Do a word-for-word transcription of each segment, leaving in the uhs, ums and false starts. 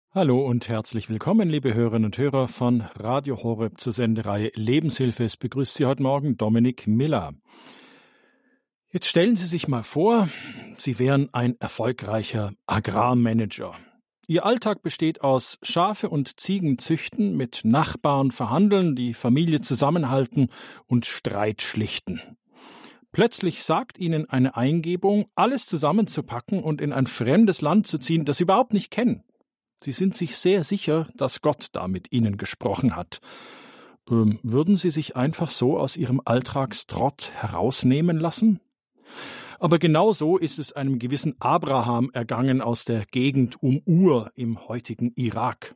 Hallo und herzlich willkommen, liebe Hörerinnen und Hörer von Radio Horeb zur Sendereihe Lebenshilfe. Es begrüßt Sie heute Morgen Dominik Miller. Jetzt stellen Sie sich mal vor, Sie wären ein erfolgreicher Agrarmanager. Ihr Alltag besteht aus Schafe und Ziegen züchten, mit Nachbarn verhandeln, die Familie zusammenhalten und Streit schlichten. Plötzlich sagt Ihnen eine Eingebung, alles zusammenzupacken und in ein fremdes Land zu ziehen, das Sie überhaupt nicht kennen. Sie sind sich sehr sicher, dass Gott da mit Ihnen gesprochen hat. Ähm, würden Sie sich einfach so aus Ihrem Alltagstrott herausnehmen lassen? Aber genau so ist es einem gewissen Abraham ergangen aus der Gegend um Ur im heutigen Irak.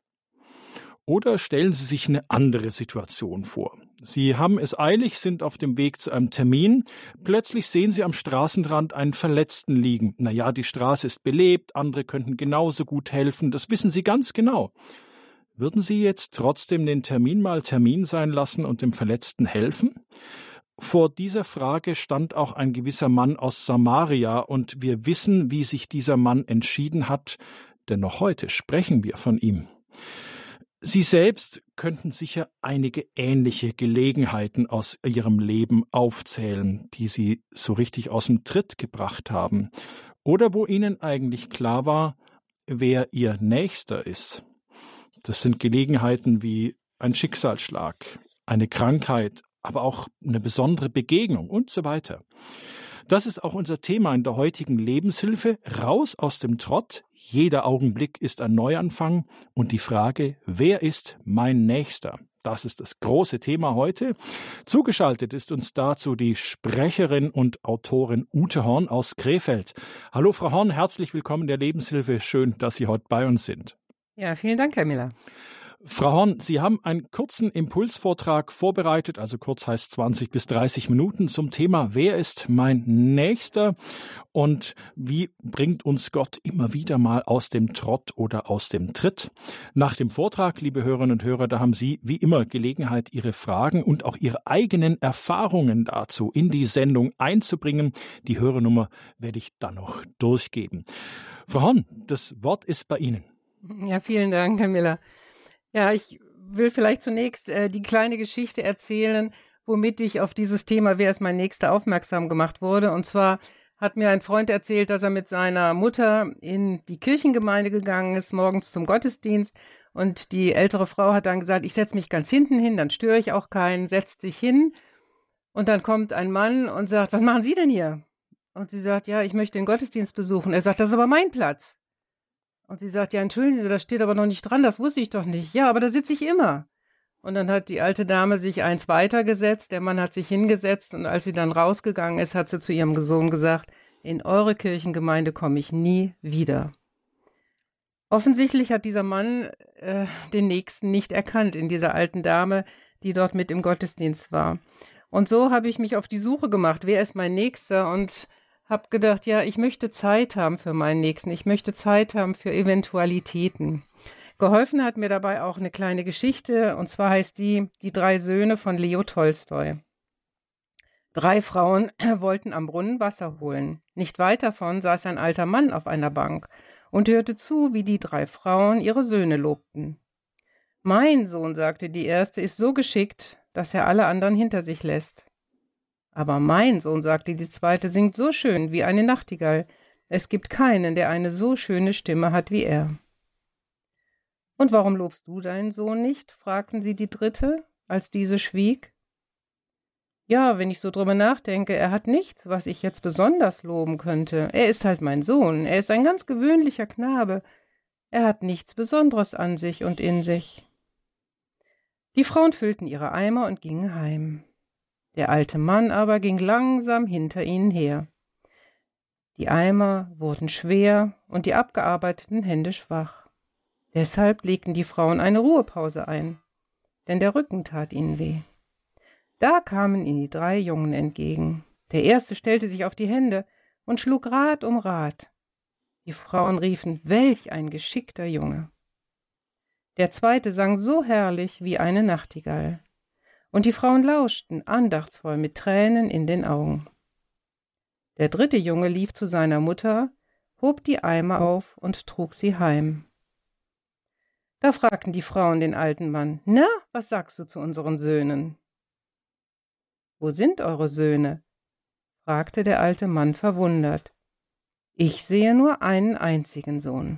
Oder stellen Sie sich eine andere Situation vor. Sie haben es eilig, sind auf dem Weg zu einem Termin. Plötzlich sehen Sie am Straßenrand einen Verletzten liegen. Naja, die Straße ist belebt, andere könnten genauso gut helfen. Das wissen Sie ganz genau. Würden Sie jetzt trotzdem den Termin mal Termin sein lassen und dem Verletzten helfen? Vor dieser Frage stand auch ein gewisser Mann aus Samaria, und wir wissen, wie sich dieser Mann entschieden hat, denn noch heute sprechen wir von ihm. Sie selbst könnten sicher einige ähnliche Gelegenheiten aus Ihrem Leben aufzählen, die Sie so richtig aus dem Tritt gebracht haben, oder wo Ihnen eigentlich klar war, wer Ihr Nächster ist. Das sind Gelegenheiten wie ein Schicksalsschlag, eine Krankheit, aber auch eine besondere Begegnung und so weiter. Das ist auch unser Thema in der heutigen Lebenshilfe. Raus aus dem Trott. Jeder Augenblick ist ein Neuanfang. Und die Frage, wer ist mein Nächster? Das ist das große Thema heute. Zugeschaltet ist uns dazu die Sprecherin und Autorin Ute Horn aus Krefeld. Hallo Frau Horn, herzlich willkommen in der Lebenshilfe. Schön, dass Sie heute bei uns sind. Ja, vielen Dank, Herr Miller. Frau Horn, Sie haben einen kurzen Impulsvortrag vorbereitet, also kurz heißt zwanzig bis dreißig Minuten, zum Thema Wer ist mein Nächster und wie bringt uns Gott immer wieder mal aus dem Trott oder aus dem Tritt. Nach dem Vortrag, liebe Hörerinnen und Hörer, da haben Sie wie immer Gelegenheit, Ihre Fragen und auch Ihre eigenen Erfahrungen dazu in die Sendung einzubringen. Die Hörernummer werde ich dann noch durchgeben. Frau Horn, das Wort ist bei Ihnen. Ja, vielen Dank, Herr Miller. Ja, ich will vielleicht zunächst äh, die kleine Geschichte erzählen, womit ich auf dieses Thema Wer ist mein Nächster aufmerksam gemacht wurde. Und zwar hat mir ein Freund erzählt, dass er mit seiner Mutter in die Kirchengemeinde gegangen ist, morgens zum Gottesdienst. Und die ältere Frau hat dann gesagt, ich setze mich ganz hinten hin, dann störe ich auch keinen, setzt sich hin. Und dann kommt ein Mann und sagt, was machen Sie denn hier? Und sie sagt, ja, ich möchte den Gottesdienst besuchen. Er sagt, das ist aber mein Platz. Und sie sagt, ja, entschuldigen Sie, das steht aber noch nicht dran, das wusste ich doch nicht. Ja, aber da sitze ich immer. Und dann hat die alte Dame sich eins weitergesetzt, der Mann hat sich hingesetzt und als sie dann rausgegangen ist, hat sie zu ihrem Sohn gesagt, in eure Kirchengemeinde komme ich nie wieder. Offensichtlich hat dieser Mann äh, den Nächsten nicht erkannt in dieser alten Dame, die dort mit im Gottesdienst war. Und so habe ich mich auf die Suche gemacht, wer ist mein Nächster, und habe gedacht, ja, ich möchte Zeit haben für meinen Nächsten, ich möchte Zeit haben für Eventualitäten. Geholfen hat mir dabei auch eine kleine Geschichte, und zwar heißt die Die drei Söhne von Leo Tolstoi. Drei Frauen wollten am Brunnen Wasser holen. Nicht weit davon saß ein alter Mann auf einer Bank und hörte zu, wie die drei Frauen ihre Söhne lobten. Mein Sohn, sagte die erste, ist so geschickt, dass er alle anderen hinter sich lässt. Aber mein Sohn, sagte die zweite, singt so schön wie eine Nachtigall. Es gibt keinen, der eine so schöne Stimme hat wie er. Und warum lobst du deinen Sohn nicht? Fragten sie die dritte, als diese schwieg. Ja, wenn ich so drüber nachdenke, er hat nichts, was ich jetzt besonders loben könnte. Er ist halt mein Sohn, er ist ein ganz gewöhnlicher Knabe. Er hat nichts Besonderes an sich und in sich. Die Frauen füllten ihre Eimer und gingen heim. Der alte Mann aber ging langsam hinter ihnen her. Die Eimer wurden schwer und die abgearbeiteten Hände schwach. Deshalb legten die Frauen eine Ruhepause ein, denn der Rücken tat ihnen weh. Da kamen ihnen die drei Jungen entgegen. Der erste stellte sich auf die Hände und schlug Rad um Rad. Die Frauen riefen, welch ein geschickter Junge. Der zweite sang so herrlich wie eine Nachtigall. Und die Frauen lauschten andachtsvoll mit Tränen in den Augen. Der dritte Junge lief zu seiner Mutter, hob die Eimer auf und trug sie heim. Da fragten die Frauen den alten Mann: »Na, was sagst du zu unseren Söhnen?« »Wo sind eure Söhne?« fragte der alte Mann verwundert. »Ich sehe nur einen einzigen Sohn.«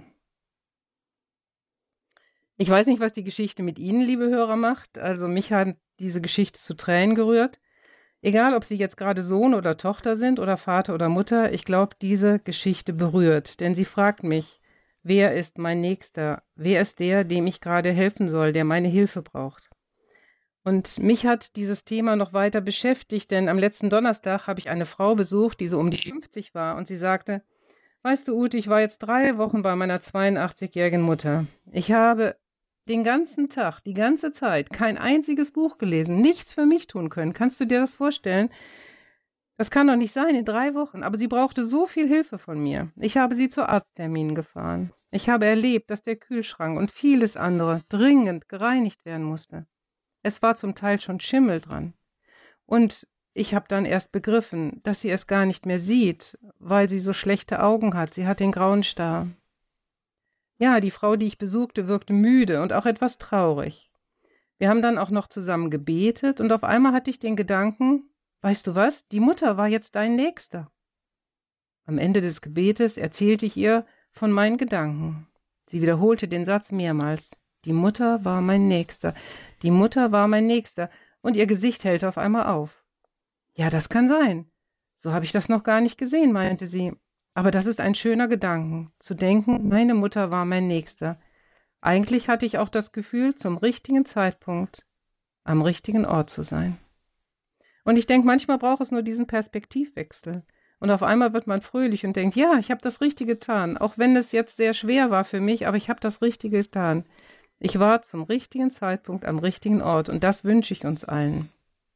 Ich weiß nicht, was die Geschichte mit Ihnen, liebe Hörer, macht. Also mich hat diese Geschichte zu Tränen gerührt. Egal, ob Sie jetzt gerade Sohn oder Tochter sind oder Vater oder Mutter, ich glaube, diese Geschichte berührt. Denn sie fragt mich: Wer ist mein Nächster? Wer ist der, dem ich gerade helfen soll, der meine Hilfe braucht? Und mich hat dieses Thema noch weiter beschäftigt, denn am letzten Donnerstag habe ich eine Frau besucht, die so um die fünfzig war, und sie sagte: Weißt du, Ute, ich war jetzt drei Wochen bei meiner zweiundachtzig-jährigen Mutter. Ich habe den ganzen Tag, die ganze Zeit kein einziges Buch gelesen, nichts für mich tun können. Kannst du dir das vorstellen? Das kann doch nicht sein, in drei Wochen. Aber sie brauchte so viel Hilfe von mir. Ich habe sie zu Arztterminen gefahren. Ich habe erlebt, dass der Kühlschrank und vieles andere dringend gereinigt werden musste. Es war zum Teil schon Schimmel dran. Und ich habe dann erst begriffen, dass sie es gar nicht mehr sieht, weil sie so schlechte Augen hat. Sie hat den grauen Star. Ja, die Frau, die ich besuchte, wirkte müde und auch etwas traurig. Wir haben dann auch noch zusammen gebetet und auf einmal hatte ich den Gedanken: Weißt du was, die Mutter war jetzt dein Nächster. Am Ende des Gebetes erzählte ich ihr von meinen Gedanken. Sie wiederholte den Satz mehrmals: Die Mutter war mein Nächster, die Mutter war mein Nächster, und ihr Gesicht hellte auf einmal auf. Ja, das kann sein. So habe ich das noch gar nicht gesehen, meinte sie. Aber das ist ein schöner Gedanke, zu denken, meine Mutter war mein Nächster. Eigentlich hatte ich auch das Gefühl, zum richtigen Zeitpunkt am richtigen Ort zu sein. Und ich denke, manchmal braucht es nur diesen Perspektivwechsel. Und auf einmal wird man fröhlich und denkt: Ja, ich habe das Richtige getan, auch wenn es jetzt sehr schwer war für mich, aber ich habe das Richtige getan. Ich war zum richtigen Zeitpunkt am richtigen Ort, und das wünsche ich uns allen.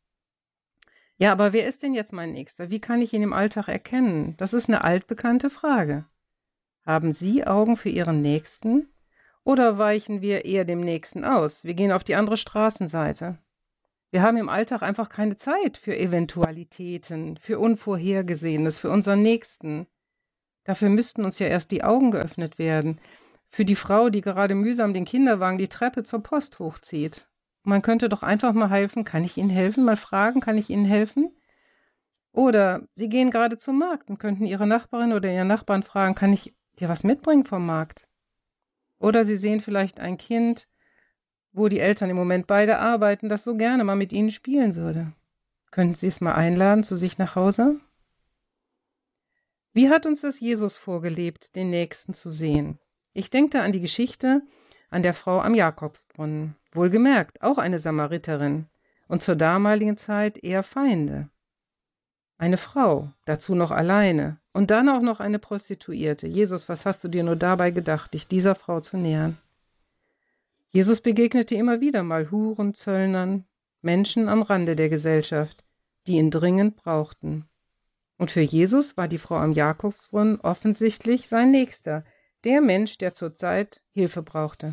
Ja, aber wer ist denn jetzt mein Nächster? Wie kann ich ihn im Alltag erkennen? Das ist eine altbekannte Frage. Haben Sie Augen für Ihren Nächsten? Oder weichen wir eher dem Nächsten aus? Wir gehen auf die andere Straßenseite. Wir haben im Alltag einfach keine Zeit für Eventualitäten, für Unvorhergesehenes, für unseren Nächsten. Dafür müssten uns ja erst die Augen geöffnet werden. Für die Frau, die gerade mühsam den Kinderwagen die Treppe zur Post hochzieht. Man könnte doch einfach mal helfen: Kann ich Ihnen helfen? Mal fragen: Kann ich Ihnen helfen? Oder Sie gehen gerade zum Markt und könnten Ihre Nachbarin oder Ihren Nachbarn fragen: Kann ich dir was mitbringen vom Markt? Oder Sie sehen vielleicht ein Kind, wo die Eltern im Moment beide arbeiten, das so gerne mal mit Ihnen spielen würde. Könnten Sie es mal einladen zu sich nach Hause? Wie hat uns das Jesus vorgelebt, den Nächsten zu sehen? Ich denke an die Geschichte an der Frau am Jakobsbrunnen. Wohlgemerkt, auch eine Samariterin und zur damaligen Zeit eher Feinde. Eine Frau, dazu noch alleine und dann auch noch eine Prostituierte. Jesus, was hast du dir nur dabei gedacht, dich dieser Frau zu nähern? Jesus begegnete immer wieder mal Huren, Zöllnern, Menschen am Rande der Gesellschaft, die ihn dringend brauchten. Und für Jesus war die Frau am Jakobsbrunnen offensichtlich sein Nächster, der Mensch, der zurzeit Hilfe brauchte.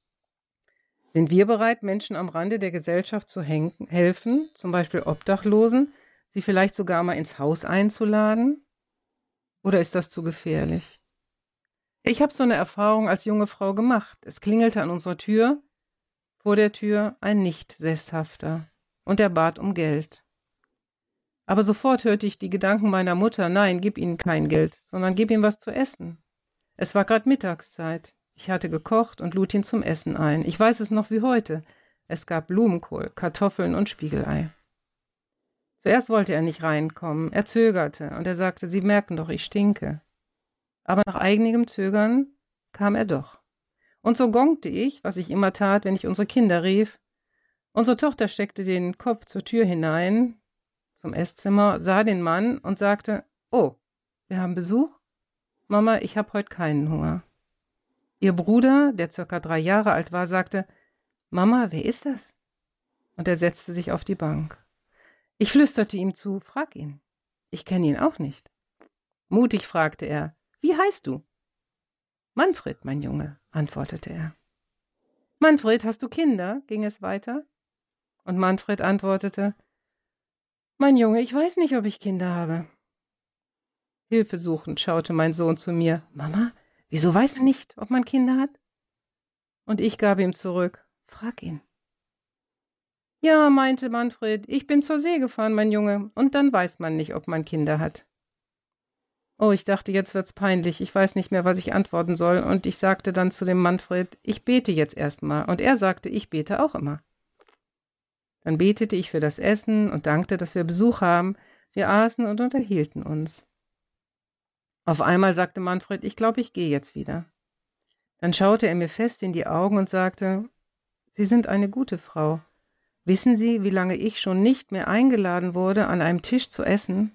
Sind wir bereit, Menschen am Rande der Gesellschaft zu helfen, zum Beispiel Obdachlosen, sie vielleicht sogar mal ins Haus einzuladen? Oder ist das zu gefährlich? Ich habe so eine Erfahrung als junge Frau gemacht. Es klingelte an unserer Tür, vor der Tür ein Nicht-Sesshafter, und er bat um Geld. Aber sofort hörte ich die Gedanken meiner Mutter: Nein, gib ihnen kein Geld, sondern gib ihm was zu essen. Es war gerade Mittagszeit. Ich hatte gekocht und lud ihn zum Essen ein. Ich weiß es noch wie heute. Es gab Blumenkohl, Kartoffeln und Spiegelei. Zuerst wollte er nicht reinkommen. Er zögerte und er sagte: Sie merken doch, ich stinke. Aber nach einigem Zögern kam er doch. Und so gongte ich, was ich immer tat, wenn ich unsere Kinder rief. Unsere Tochter steckte den Kopf zur Tür hinein, zum Esszimmer, sah den Mann und sagte: Oh, wir haben Besuch? Mama, ich habe heute keinen Hunger. Ihr Bruder, der circa drei Jahre alt war, sagte: Mama, wer ist das? Und er setzte sich auf die Bank. Ich flüsterte ihm zu: Frag ihn. Ich kenne ihn auch nicht. Mutig fragte er: Wie heißt du? Manfred, mein Junge, antwortete er. Manfred, hast du Kinder? Ging es weiter. Und Manfred antwortete: Mein Junge, ich weiß nicht, ob ich Kinder habe. Hilfesuchend schaute mein Sohn zu mir: Mama, wieso weiß er nicht, ob man Kinder hat? Und ich gab ihm zurück: »Frag ihn.« »Ja«, meinte Manfred, »ich bin zur See gefahren, mein Junge, und dann weiß man nicht, ob man Kinder hat.« Oh, ich dachte, jetzt wird's peinlich. Ich weiß nicht mehr, was ich antworten soll. Und ich sagte dann zu dem Manfred: »Ich bete jetzt erst mal.« Und er sagte: »Ich bete auch immer.« Dann betete ich für das Essen und dankte, dass wir Besuch haben. Wir aßen und unterhielten uns. Auf einmal sagte Manfred: »Ich glaube, ich gehe jetzt wieder.« Dann schaute er mir fest in die Augen und sagte: »Sie sind eine gute Frau. Wissen Sie, wie lange ich schon nicht mehr eingeladen wurde, an einem Tisch zu essen?«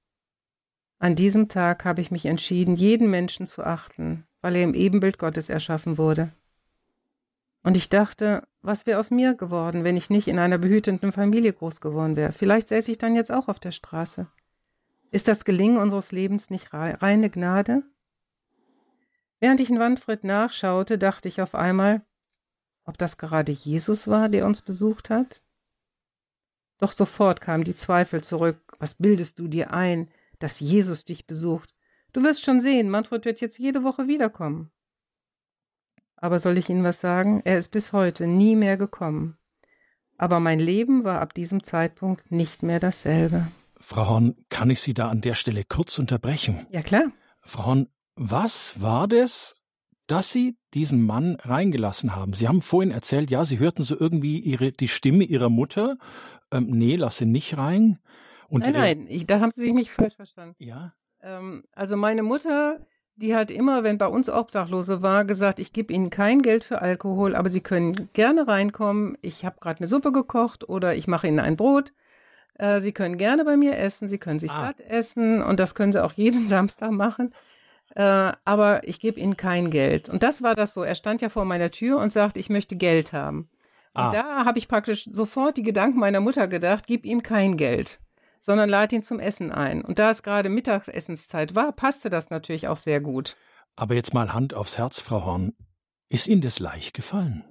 An diesem Tag habe ich mich entschieden, jeden Menschen zu achten, weil er im Ebenbild Gottes erschaffen wurde. Und ich dachte, was wäre aus mir geworden, wenn ich nicht in einer behütenden Familie groß geworden wäre? Vielleicht säße ich dann jetzt auch auf der Straße. Ist das Gelingen unseres Lebens nicht reine Gnade? Während ich in Manfred nachschaute, dachte ich auf einmal, ob das gerade Jesus war, der uns besucht hat? Doch sofort kamen die Zweifel zurück. Was bildest du dir ein, dass Jesus dich besucht? Du wirst schon sehen, Manfred wird jetzt jede Woche wiederkommen. Aber soll ich Ihnen was sagen? Er ist bis heute nie mehr gekommen. Aber mein Leben war ab diesem Zeitpunkt nicht mehr dasselbe. Frau Horn, kann ich Sie da an der Stelle kurz unterbrechen? Ja, klar. Frau Horn, was war das, dass Sie diesen Mann reingelassen haben? Sie haben vorhin erzählt, ja, Sie hörten so irgendwie ihre, die Stimme Ihrer Mutter. Ähm, nee, lass ihn nicht rein. Und nein, ihre, nein, ich, da haben Sie mich falsch verstanden. Ja. Ähm, also meine Mutter, die hat immer, wenn bei uns Obdachlose war, gesagt, ich gebe Ihnen kein Geld für Alkohol, aber Sie können gerne reinkommen. Ich habe gerade eine Suppe gekocht oder ich mache Ihnen ein Brot. Äh, Sie können gerne bei mir essen, Sie können sich Ah. satt essen und das können Sie auch jeden Samstag machen. Äh, aber ich gebe Ihnen kein Geld. Und das war das so. Er stand ja vor meiner Tür und sagte, ich möchte Geld haben. Und Ah. da habe ich praktisch sofort die Gedanken meiner Mutter gedacht, gib ihm kein Geld, sondern lad ihn zum Essen ein. Und da es gerade Mittagessenszeit war, passte das natürlich auch sehr gut. Aber jetzt mal Hand aufs Herz, Frau Horn. Ist Ihnen das leicht gefallen?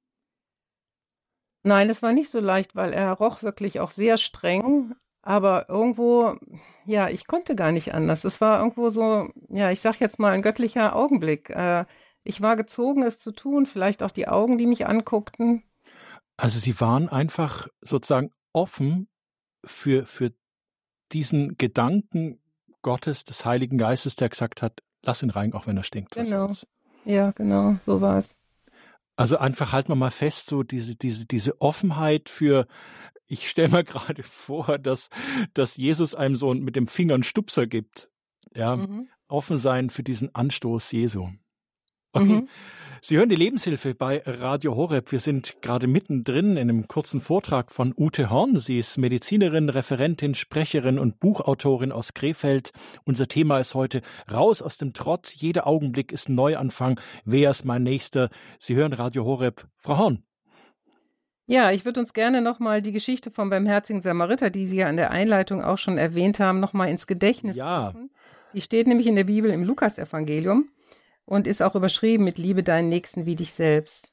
Nein, das war nicht so leicht, weil er roch wirklich auch sehr streng. Aber irgendwo, ja, ich konnte gar nicht anders. Es war irgendwo so, ja, ich sag jetzt mal ein göttlicher Augenblick. Äh, ich war gezogen, es zu tun, vielleicht auch die Augen, die mich anguckten. Also Sie waren einfach sozusagen offen für, für diesen Gedanken Gottes, des Heiligen Geistes, der gesagt hat, lass ihn rein, auch wenn er stinkt. Was Genau. soll's. Ja, genau, so war es. Also einfach halten wir mal fest, so diese, diese, diese Offenheit für, ich stelle mir gerade vor, dass, dass Jesus einem so mit dem Finger einen Stupser gibt. Ja, Mhm. offen sein für diesen Anstoß Jesu. Okay. Mhm. Sie hören die Lebenshilfe bei Radio Horeb. Wir sind gerade mittendrin in einem kurzen Vortrag von Ute Horn. Sie ist Medizinerin, Referentin, Sprecherin und Buchautorin aus Krefeld. Unser Thema ist heute Raus aus dem Trott. Jeder Augenblick ist ein Neuanfang. Wer ist mein Nächster? Sie hören Radio Horeb. Frau Horn. Ja, ich würde uns gerne nochmal die Geschichte vom barmherzigen Samariter, die Sie ja in der Einleitung auch schon erwähnt haben, nochmal ins Gedächtnis Ja. rufen. Die steht nämlich in der Bibel im Lukasevangelium und ist auch überschrieben mit Liebe deinen Nächsten wie dich selbst.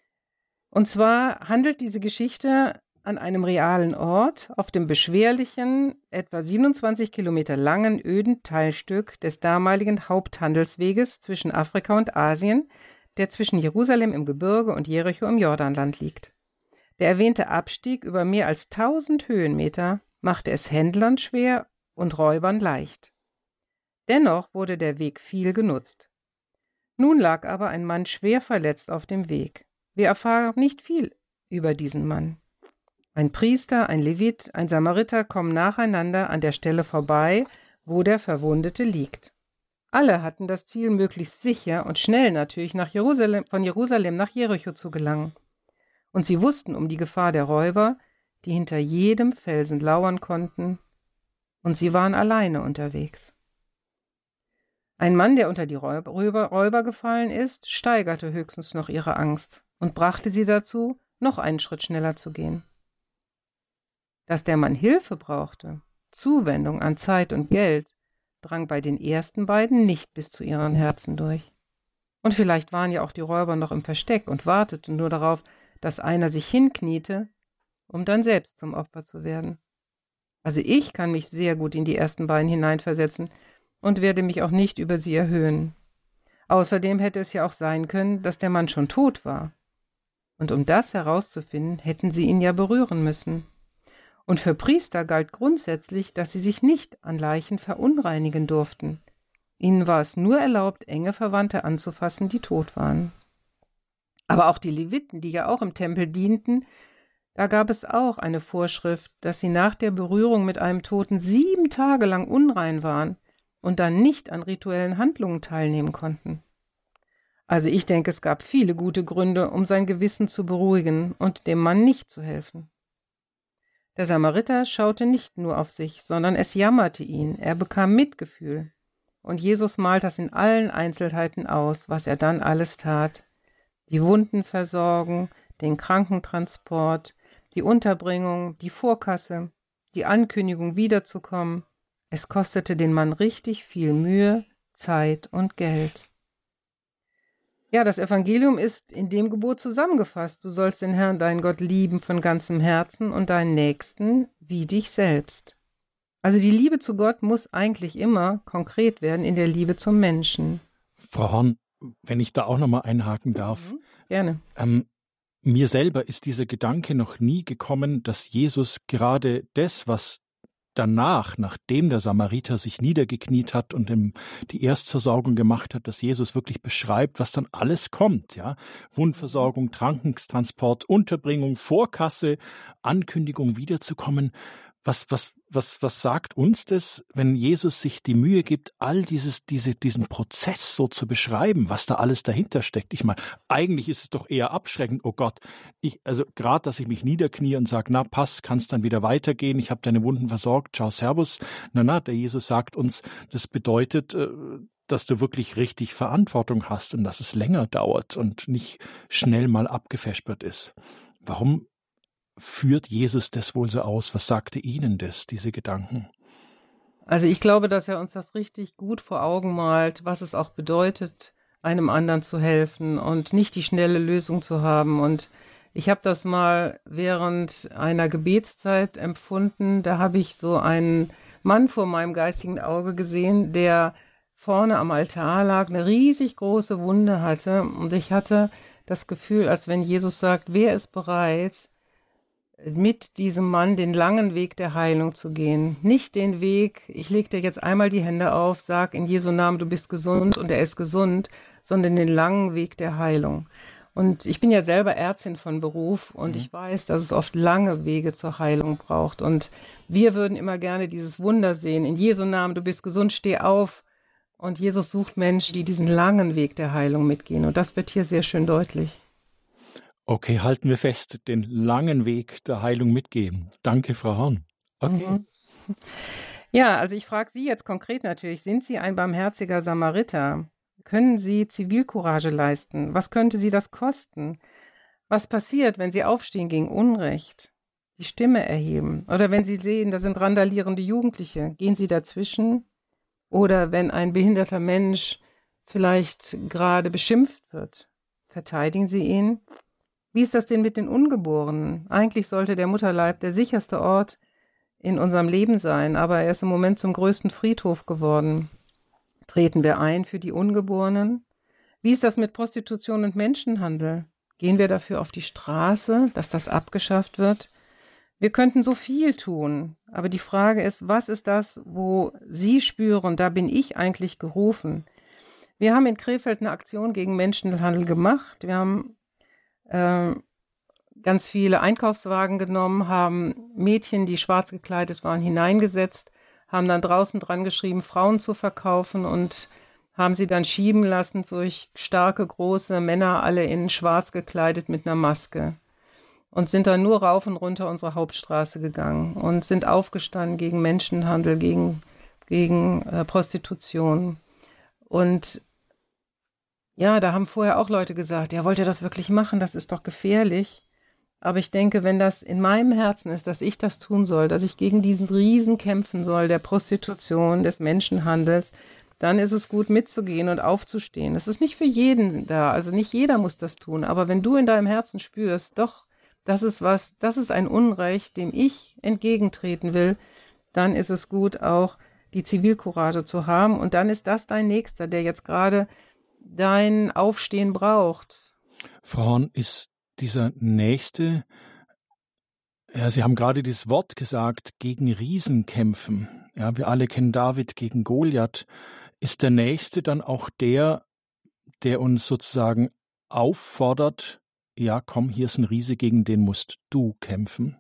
Und zwar handelt diese Geschichte an einem realen Ort auf dem beschwerlichen, etwa siebenundzwanzig Kilometer langen, öden Teilstück des damaligen Haupthandelsweges zwischen Afrika und Asien, der zwischen Jerusalem im Gebirge und Jericho im Jordanland liegt. Der erwähnte Abstieg über mehr als tausend Höhenmeter machte es Händlern schwer und Räubern leicht. Dennoch wurde der Weg viel genutzt. Nun lag aber ein Mann schwer verletzt auf dem Weg. Wir erfahren nicht viel über diesen Mann. Ein Priester, ein Levit, ein Samariter kommen nacheinander an der Stelle vorbei, wo der Verwundete liegt. Alle hatten das Ziel, möglichst sicher und schnell natürlich nach Jerusalem, von Jerusalem nach Jericho zu gelangen. Und sie wussten um die Gefahr der Räuber, die hinter jedem Felsen lauern konnten, und sie waren alleine unterwegs. Ein Mann, der unter die Räuber, Räuber gefallen ist, steigerte höchstens noch ihre Angst und brachte sie dazu, noch einen Schritt schneller zu gehen. Dass der Mann Hilfe brauchte, Zuwendung an Zeit und Geld, drang bei den ersten beiden nicht bis zu ihren Herzen durch. Und vielleicht waren ja auch die Räuber noch im Versteck und warteten nur darauf, dass einer sich hinkniete, um dann selbst zum Opfer zu werden. Also ich kann mich sehr gut in die ersten beiden hineinversetzen und werde mich auch nicht über sie erhöhen. Außerdem hätte es ja auch sein können, dass der Mann schon tot war. Und um das herauszufinden, hätten sie ihn ja berühren müssen. Und für Priester galt grundsätzlich, dass sie sich nicht an Leichen verunreinigen durften. Ihnen war es nur erlaubt, enge Verwandte anzufassen, die tot waren. Aber auch die Leviten, die ja auch im Tempel dienten, da gab es auch eine Vorschrift, dass sie nach der Berührung mit einem Toten sieben Tage lang unrein waren und dann nicht an rituellen Handlungen teilnehmen konnten. Also ich denke, es gab viele gute Gründe, um sein Gewissen zu beruhigen und dem Mann nicht zu helfen. Der Samariter schaute nicht nur auf sich, sondern es jammerte ihn, er bekam Mitgefühl. Und Jesus malt das in allen Einzelheiten aus, was er dann alles tat. Die Wunden versorgen, den Krankentransport, die Unterbringung, die Vorkasse, die Ankündigung wiederzukommen. Es kostete den Mann richtig viel Mühe, Zeit und Geld. Ja, das Evangelium ist in dem Gebot zusammengefasst. Du sollst den Herrn, deinen Gott, lieben von ganzem Herzen und deinen Nächsten wie dich selbst. Also die Liebe zu Gott muss eigentlich immer konkret werden in der Liebe zum Menschen. Frau Horn, wenn ich da auch noch mal einhaken darf. Mhm, gerne. Ähm, mir selber ist dieser Gedanke noch nie gekommen, dass Jesus gerade das, was danach, nachdem der Samariter sich niedergekniet hat und ihm die Erstversorgung gemacht hat, dass Jesus wirklich beschreibt, was dann alles kommt, ja. Wundversorgung, Krankentransport, Unterbringung, Vorkasse, Ankündigung wiederzukommen. Was, was, was, was sagt uns das, wenn Jesus sich die Mühe gibt, all dieses, diese, diesen Prozess so zu beschreiben, was da alles dahinter steckt? Ich meine, eigentlich ist es doch eher abschreckend, oh Gott, ich, also gerade, dass ich mich niederknie und sage, na, pass, kannst dann wieder weitergehen, ich habe deine Wunden versorgt, ciao, servus. Na, na, der Jesus sagt uns, das bedeutet, dass du wirklich richtig Verantwortung hast und dass es länger dauert und nicht schnell mal abgefespert ist. Warum führt Jesus das wohl so aus? Was sagte Ihnen das, diese Gedanken? Also ich glaube, dass er uns das richtig gut vor Augen malt, was es auch bedeutet, einem anderen zu helfen und nicht die schnelle Lösung zu haben. Und ich habe das mal während einer Gebetszeit empfunden. Da habe ich so einen Mann vor meinem geistigen Auge gesehen, der vorne am Altar lag, eine riesig große Wunde hatte. Und ich hatte das Gefühl, als wenn Jesus sagt, wer ist bereit, mit diesem Mann den langen Weg der Heilung zu gehen. Nicht den Weg, ich lege dir jetzt einmal die Hände auf, sag in Jesu Namen, du bist gesund und er ist gesund, sondern den langen Weg der Heilung. Und ich bin ja selber Ärztin von Beruf und mhm. ich weiß, dass es oft lange Wege zur Heilung braucht. Und wir würden immer gerne dieses Wunder sehen. In Jesu Namen, du bist gesund, steh auf. Und Jesus sucht Menschen, die diesen langen Weg der Heilung mitgehen. Und das wird hier sehr schön deutlich. Okay, halten wir fest, den langen Weg der Heilung mitgehen. Danke, Frau Horn. Okay. Mhm. Ja, also ich frage Sie jetzt konkret natürlich, sind Sie ein barmherziger Samariter? Können Sie Zivilcourage leisten? Was könnte Sie das kosten? Was passiert, wenn Sie aufstehen gegen Unrecht, die Stimme erheben? Oder wenn Sie sehen, da sind randalierende Jugendliche, gehen Sie dazwischen? Oder wenn ein behinderter Mensch vielleicht gerade beschimpft wird, verteidigen Sie ihn? Wie ist das denn mit den Ungeborenen? Eigentlich sollte der Mutterleib der sicherste Ort in unserem Leben sein, aber er ist im Moment zum größten Friedhof geworden. Treten wir ein für die Ungeborenen? Wie ist das mit Prostitution und Menschenhandel? Gehen wir dafür auf die Straße, dass das abgeschafft wird? Wir könnten so viel tun, aber die Frage ist, was ist das, wo Sie spüren, da bin ich eigentlich gerufen? Wir haben in Krefeld eine Aktion gegen Menschenhandel gemacht. Wir haben äh, ganz viele Einkaufswagen genommen, haben Mädchen, die schwarz gekleidet waren, hineingesetzt, haben dann draußen dran geschrieben, Frauen zu verkaufen und haben sie dann schieben lassen durch starke, große Männer, alle in schwarz gekleidet mit einer Maske. Und sind dann nur rauf und runter unsere Hauptstraße gegangen und sind aufgestanden gegen Menschenhandel, gegen, gegen äh, Prostitution. Und ja, da haben vorher auch Leute gesagt, ja, wollt ihr das wirklich machen? Das ist doch gefährlich. Aber ich denke, wenn das in meinem Herzen ist, dass ich das tun soll, dass ich gegen diesen Riesen kämpfen soll, der Prostitution, des Menschenhandels, dann ist es gut mitzugehen und aufzustehen. Es ist nicht für jeden da, also nicht jeder muss das tun. Aber wenn du in deinem Herzen spürst, doch, das ist was, das ist ein Unrecht, dem ich entgegentreten will, dann ist es gut, auch die Zivilcourage zu haben. Und dann ist das dein Nächster, der jetzt gerade dein Aufstehen braucht. Frau Horn, ist dieser Nächste, ja, Sie haben gerade dieses Wort gesagt, gegen Riesen kämpfen. Ja, wir alle kennen David gegen Goliath. Ist der Nächste dann auch der, der uns sozusagen auffordert, ja, komm, hier ist ein Riese, gegen den musst du kämpfen?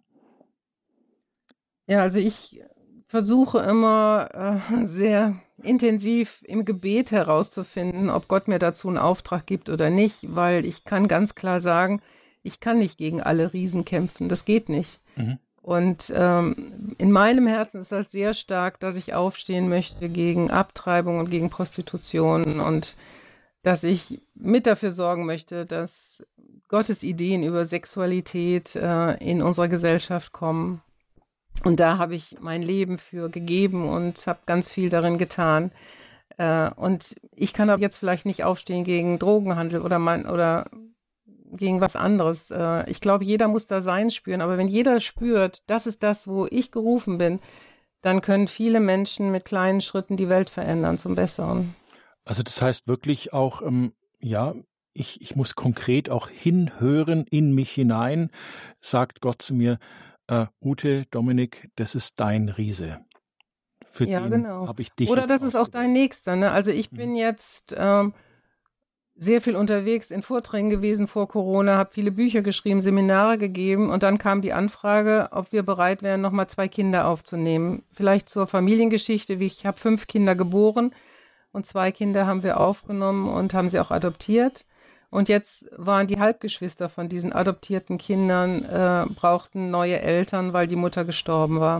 Ja, also ich versuche immer äh, sehr intensiv im Gebet herauszufinden, ob Gott mir dazu einen Auftrag gibt oder nicht, weil ich kann ganz klar sagen, ich kann nicht gegen alle Riesen kämpfen, das geht nicht. Mhm. Und ähm, in meinem Herzen ist halt sehr stark, dass ich aufstehen möchte gegen Abtreibung und gegen Prostitution und dass ich mit dafür sorgen möchte, dass Gottes Ideen über Sexualität äh, in unserer Gesellschaft kommen. Und da habe ich mein Leben für gegeben und habe ganz viel darin getan. Äh, und ich kann aber jetzt vielleicht nicht aufstehen gegen Drogenhandel oder, mein, oder gegen was anderes. Äh, ich glaube, jeder muss da sein spüren. Aber wenn jeder spürt, das ist das, wo ich gerufen bin, dann können viele Menschen mit kleinen Schritten die Welt verändern zum Besseren. Also das heißt wirklich auch, ähm, ja, ich, ich muss konkret auch hinhören in mich hinein, sagt Gott zu mir, äh, Ute, Dominik, das ist dein Riese. Für ja, den genau. habe ich dich Oder jetzt das ist auch dein Nächster. Ne? Also ich bin mhm. jetzt ähm, sehr viel unterwegs in Vorträgen gewesen vor Corona, habe viele Bücher geschrieben, Seminare gegeben und dann kam die Anfrage, ob wir bereit wären, nochmal zwei Kinder aufzunehmen. Vielleicht zur Familiengeschichte, wie ich habe fünf Kinder geboren und zwei Kinder haben wir aufgenommen und haben sie auch adoptiert. Und jetzt waren die Halbgeschwister von diesen adoptierten Kindern, äh, brauchten neue Eltern, weil die Mutter gestorben war.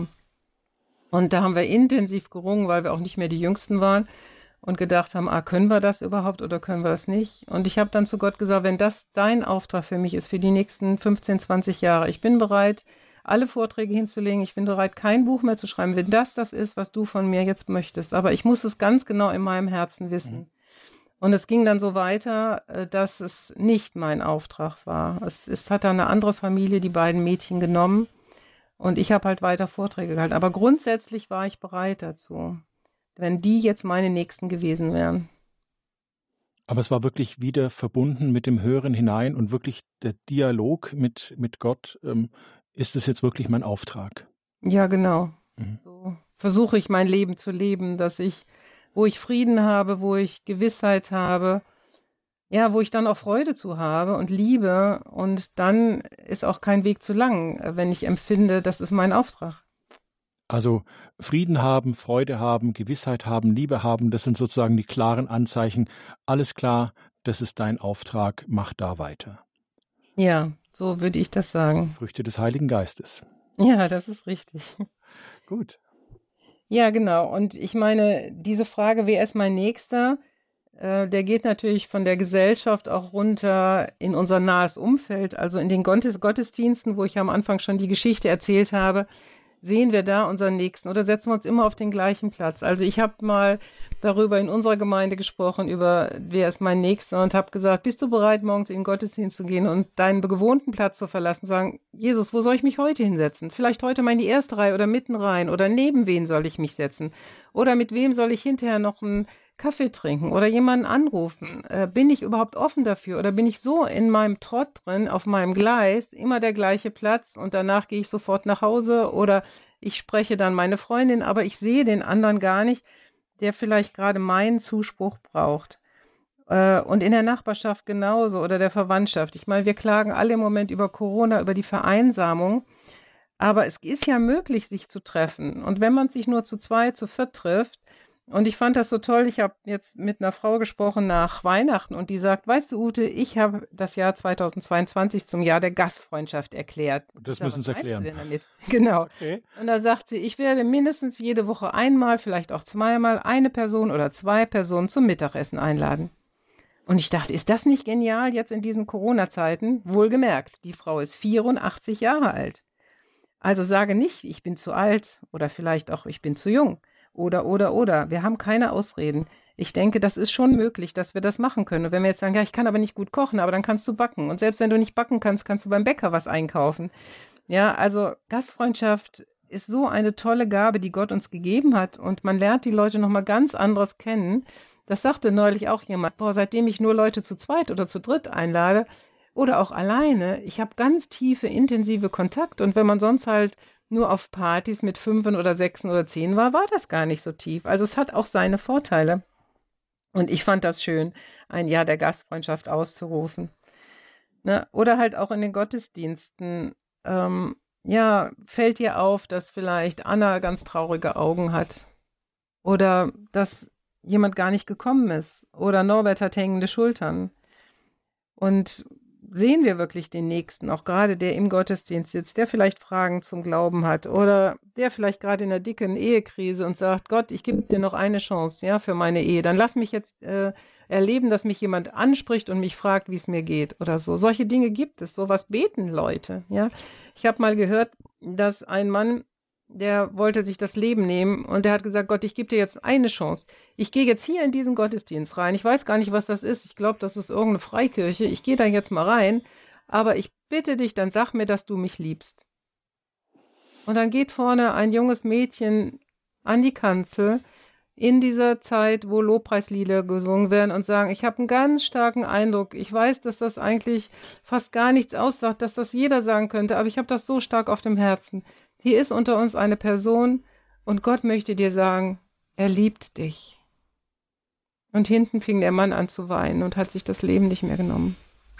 Und da haben wir intensiv gerungen, weil wir auch nicht mehr die Jüngsten waren und gedacht haben, ah, können wir das überhaupt oder können wir das nicht? Und ich habe dann zu Gott gesagt, wenn das dein Auftrag für mich ist, für die nächsten fünfzehn, zwanzig Jahre, ich bin bereit, alle Vorträge hinzulegen, ich bin bereit, kein Buch mehr zu schreiben, wenn das das ist, was du von mir jetzt möchtest. Aber ich muss es ganz genau in meinem Herzen wissen. Mhm. Und es ging dann so weiter, dass es nicht mein Auftrag war. Es, es hat dann eine andere Familie die beiden Mädchen genommen und ich habe halt weiter Vorträge gehalten. Aber grundsätzlich war ich bereit dazu, wenn die jetzt meine Nächsten gewesen wären. Aber es war wirklich wieder verbunden mit dem Hören hinein und wirklich der Dialog mit, mit Gott. Ähm, ist es jetzt wirklich mein Auftrag? Ja, genau. Mhm. So versuche ich mein Leben zu leben, dass ich wo ich Frieden habe, wo ich Gewissheit habe, ja, wo ich dann auch Freude zu habe und Liebe. Und dann ist auch kein Weg zu lang, wenn ich empfinde, das ist mein Auftrag. Also Frieden haben, Freude haben, Gewissheit haben, Liebe haben, das sind sozusagen die klaren Anzeichen. Alles klar, das ist dein Auftrag, mach da weiter. Ja, so würde ich das sagen. Früchte des Heiligen Geistes. Ja, das ist richtig. Gut. Ja, genau. Und ich meine, diese Frage, wer ist mein Nächster, äh, der geht natürlich von der Gesellschaft auch runter in unser nahes Umfeld. Also in den Gottes- Gottesdiensten, wo ich am Anfang schon die Geschichte erzählt habe, sehen wir da unseren Nächsten oder setzen wir uns immer auf den gleichen Platz. Also ich habe mal darüber in unserer Gemeinde gesprochen, über wer ist mein Nächster und habe gesagt, bist du bereit, morgens in den Gottesdienst zu gehen und deinen gewohnten Platz zu verlassen, sagen, Jesus, wo soll ich mich heute hinsetzen? Vielleicht heute mal in die erste Reihe oder mitten rein oder neben wen soll ich mich setzen? Oder mit wem soll ich hinterher noch einen Kaffee trinken oder jemanden anrufen? Äh, bin ich überhaupt offen dafür oder bin ich so in meinem Trott drin, auf meinem Gleis, immer der gleiche Platz und danach gehe ich sofort nach Hause oder ich spreche dann meine Freundin, aber ich sehe den anderen gar nicht, der vielleicht gerade meinen Zuspruch braucht. Äh, und in der Nachbarschaft genauso oder der Verwandtschaft. Ich meine, wir klagen alle im Moment über Corona, über die Vereinsamung, aber es ist ja möglich, sich zu treffen. Und wenn man sich nur zu zweit, zu viert trifft, und ich fand das so toll, ich habe jetzt mit einer Frau gesprochen nach Weihnachten und die sagt, weißt du Ute, ich habe das Jahr zweitausendzweiundzwanzig zum Jahr der Gastfreundschaft erklärt. Das müssen Sie erklären. Du denn damit? Genau. Okay. Und da sagt sie, ich werde mindestens jede Woche einmal, vielleicht auch zweimal eine Person oder zwei Personen zum Mittagessen einladen. Und ich dachte, ist das nicht genial jetzt in diesen Corona-Zeiten? Wohlgemerkt, die Frau ist vierundachtzig Jahre alt. Also sage nicht, ich bin zu alt oder vielleicht auch, ich bin zu jung. Oder, oder, oder. Wir haben keine Ausreden. Ich denke, das ist schon möglich, dass wir das machen können. Und wenn wir jetzt sagen, ja, ich kann aber nicht gut kochen, aber dann kannst du backen. Und selbst wenn du nicht backen kannst, kannst du beim Bäcker was einkaufen. Ja, also Gastfreundschaft ist so eine tolle Gabe, die Gott uns gegeben hat. Und man lernt die Leute nochmal ganz anderes kennen, Das sagte neulich auch jemand, boah, seitdem ich nur Leute zu zweit oder zu dritt einlade oder auch alleine, ich habe ganz tiefe, intensive Kontakt. Und wenn man sonst halt nur auf Partys mit Fünfen oder Sechsen oder Zehn war, war das gar nicht so tief. Also es hat auch seine Vorteile. Und ich fand das schön, ein Jahr der Gastfreundschaft auszurufen. Ne? Oder halt auch in den Gottesdiensten. Ähm, ja, fällt dir auf, dass vielleicht Anna ganz traurige Augen hat. Oder dass jemand gar nicht gekommen ist. Oder Norbert hat hängende Schultern. Und sehen wir wirklich den Nächsten, auch gerade der im Gottesdienst sitzt, der vielleicht Fragen zum Glauben hat oder der vielleicht gerade in einer dicken Ehekrise und sagt, Gott, ich gebe dir noch eine Chance, ja, für meine Ehe. Dann lass mich jetzt äh, erleben, dass mich jemand anspricht und mich fragt, wie es mir geht oder so. Solche Dinge gibt es, sowas beten Leute, ja. Ich habe mal gehört, dass ein Mann, der wollte sich das Leben nehmen und der hat gesagt, Gott, ich gebe dir jetzt eine Chance. Ich gehe jetzt hier in diesen Gottesdienst rein. Ich weiß gar nicht, was das ist. Ich glaube, das ist irgendeine Freikirche. Ich gehe da jetzt mal rein, aber ich bitte dich, dann sag mir, dass du mich liebst. Und dann geht vorne ein junges Mädchen an die Kanzel in dieser Zeit, wo Lobpreislieder gesungen werden und sagen, ich habe einen ganz starken Eindruck. Ich weiß, dass das eigentlich fast gar nichts aussagt, dass das jeder sagen könnte, aber ich habe das so stark auf dem Herzen. Hier ist unter uns eine Person und Gott möchte dir sagen, er liebt dich. Und hinten fing der Mann an zu weinen und hat sich das Leben nicht mehr genommen.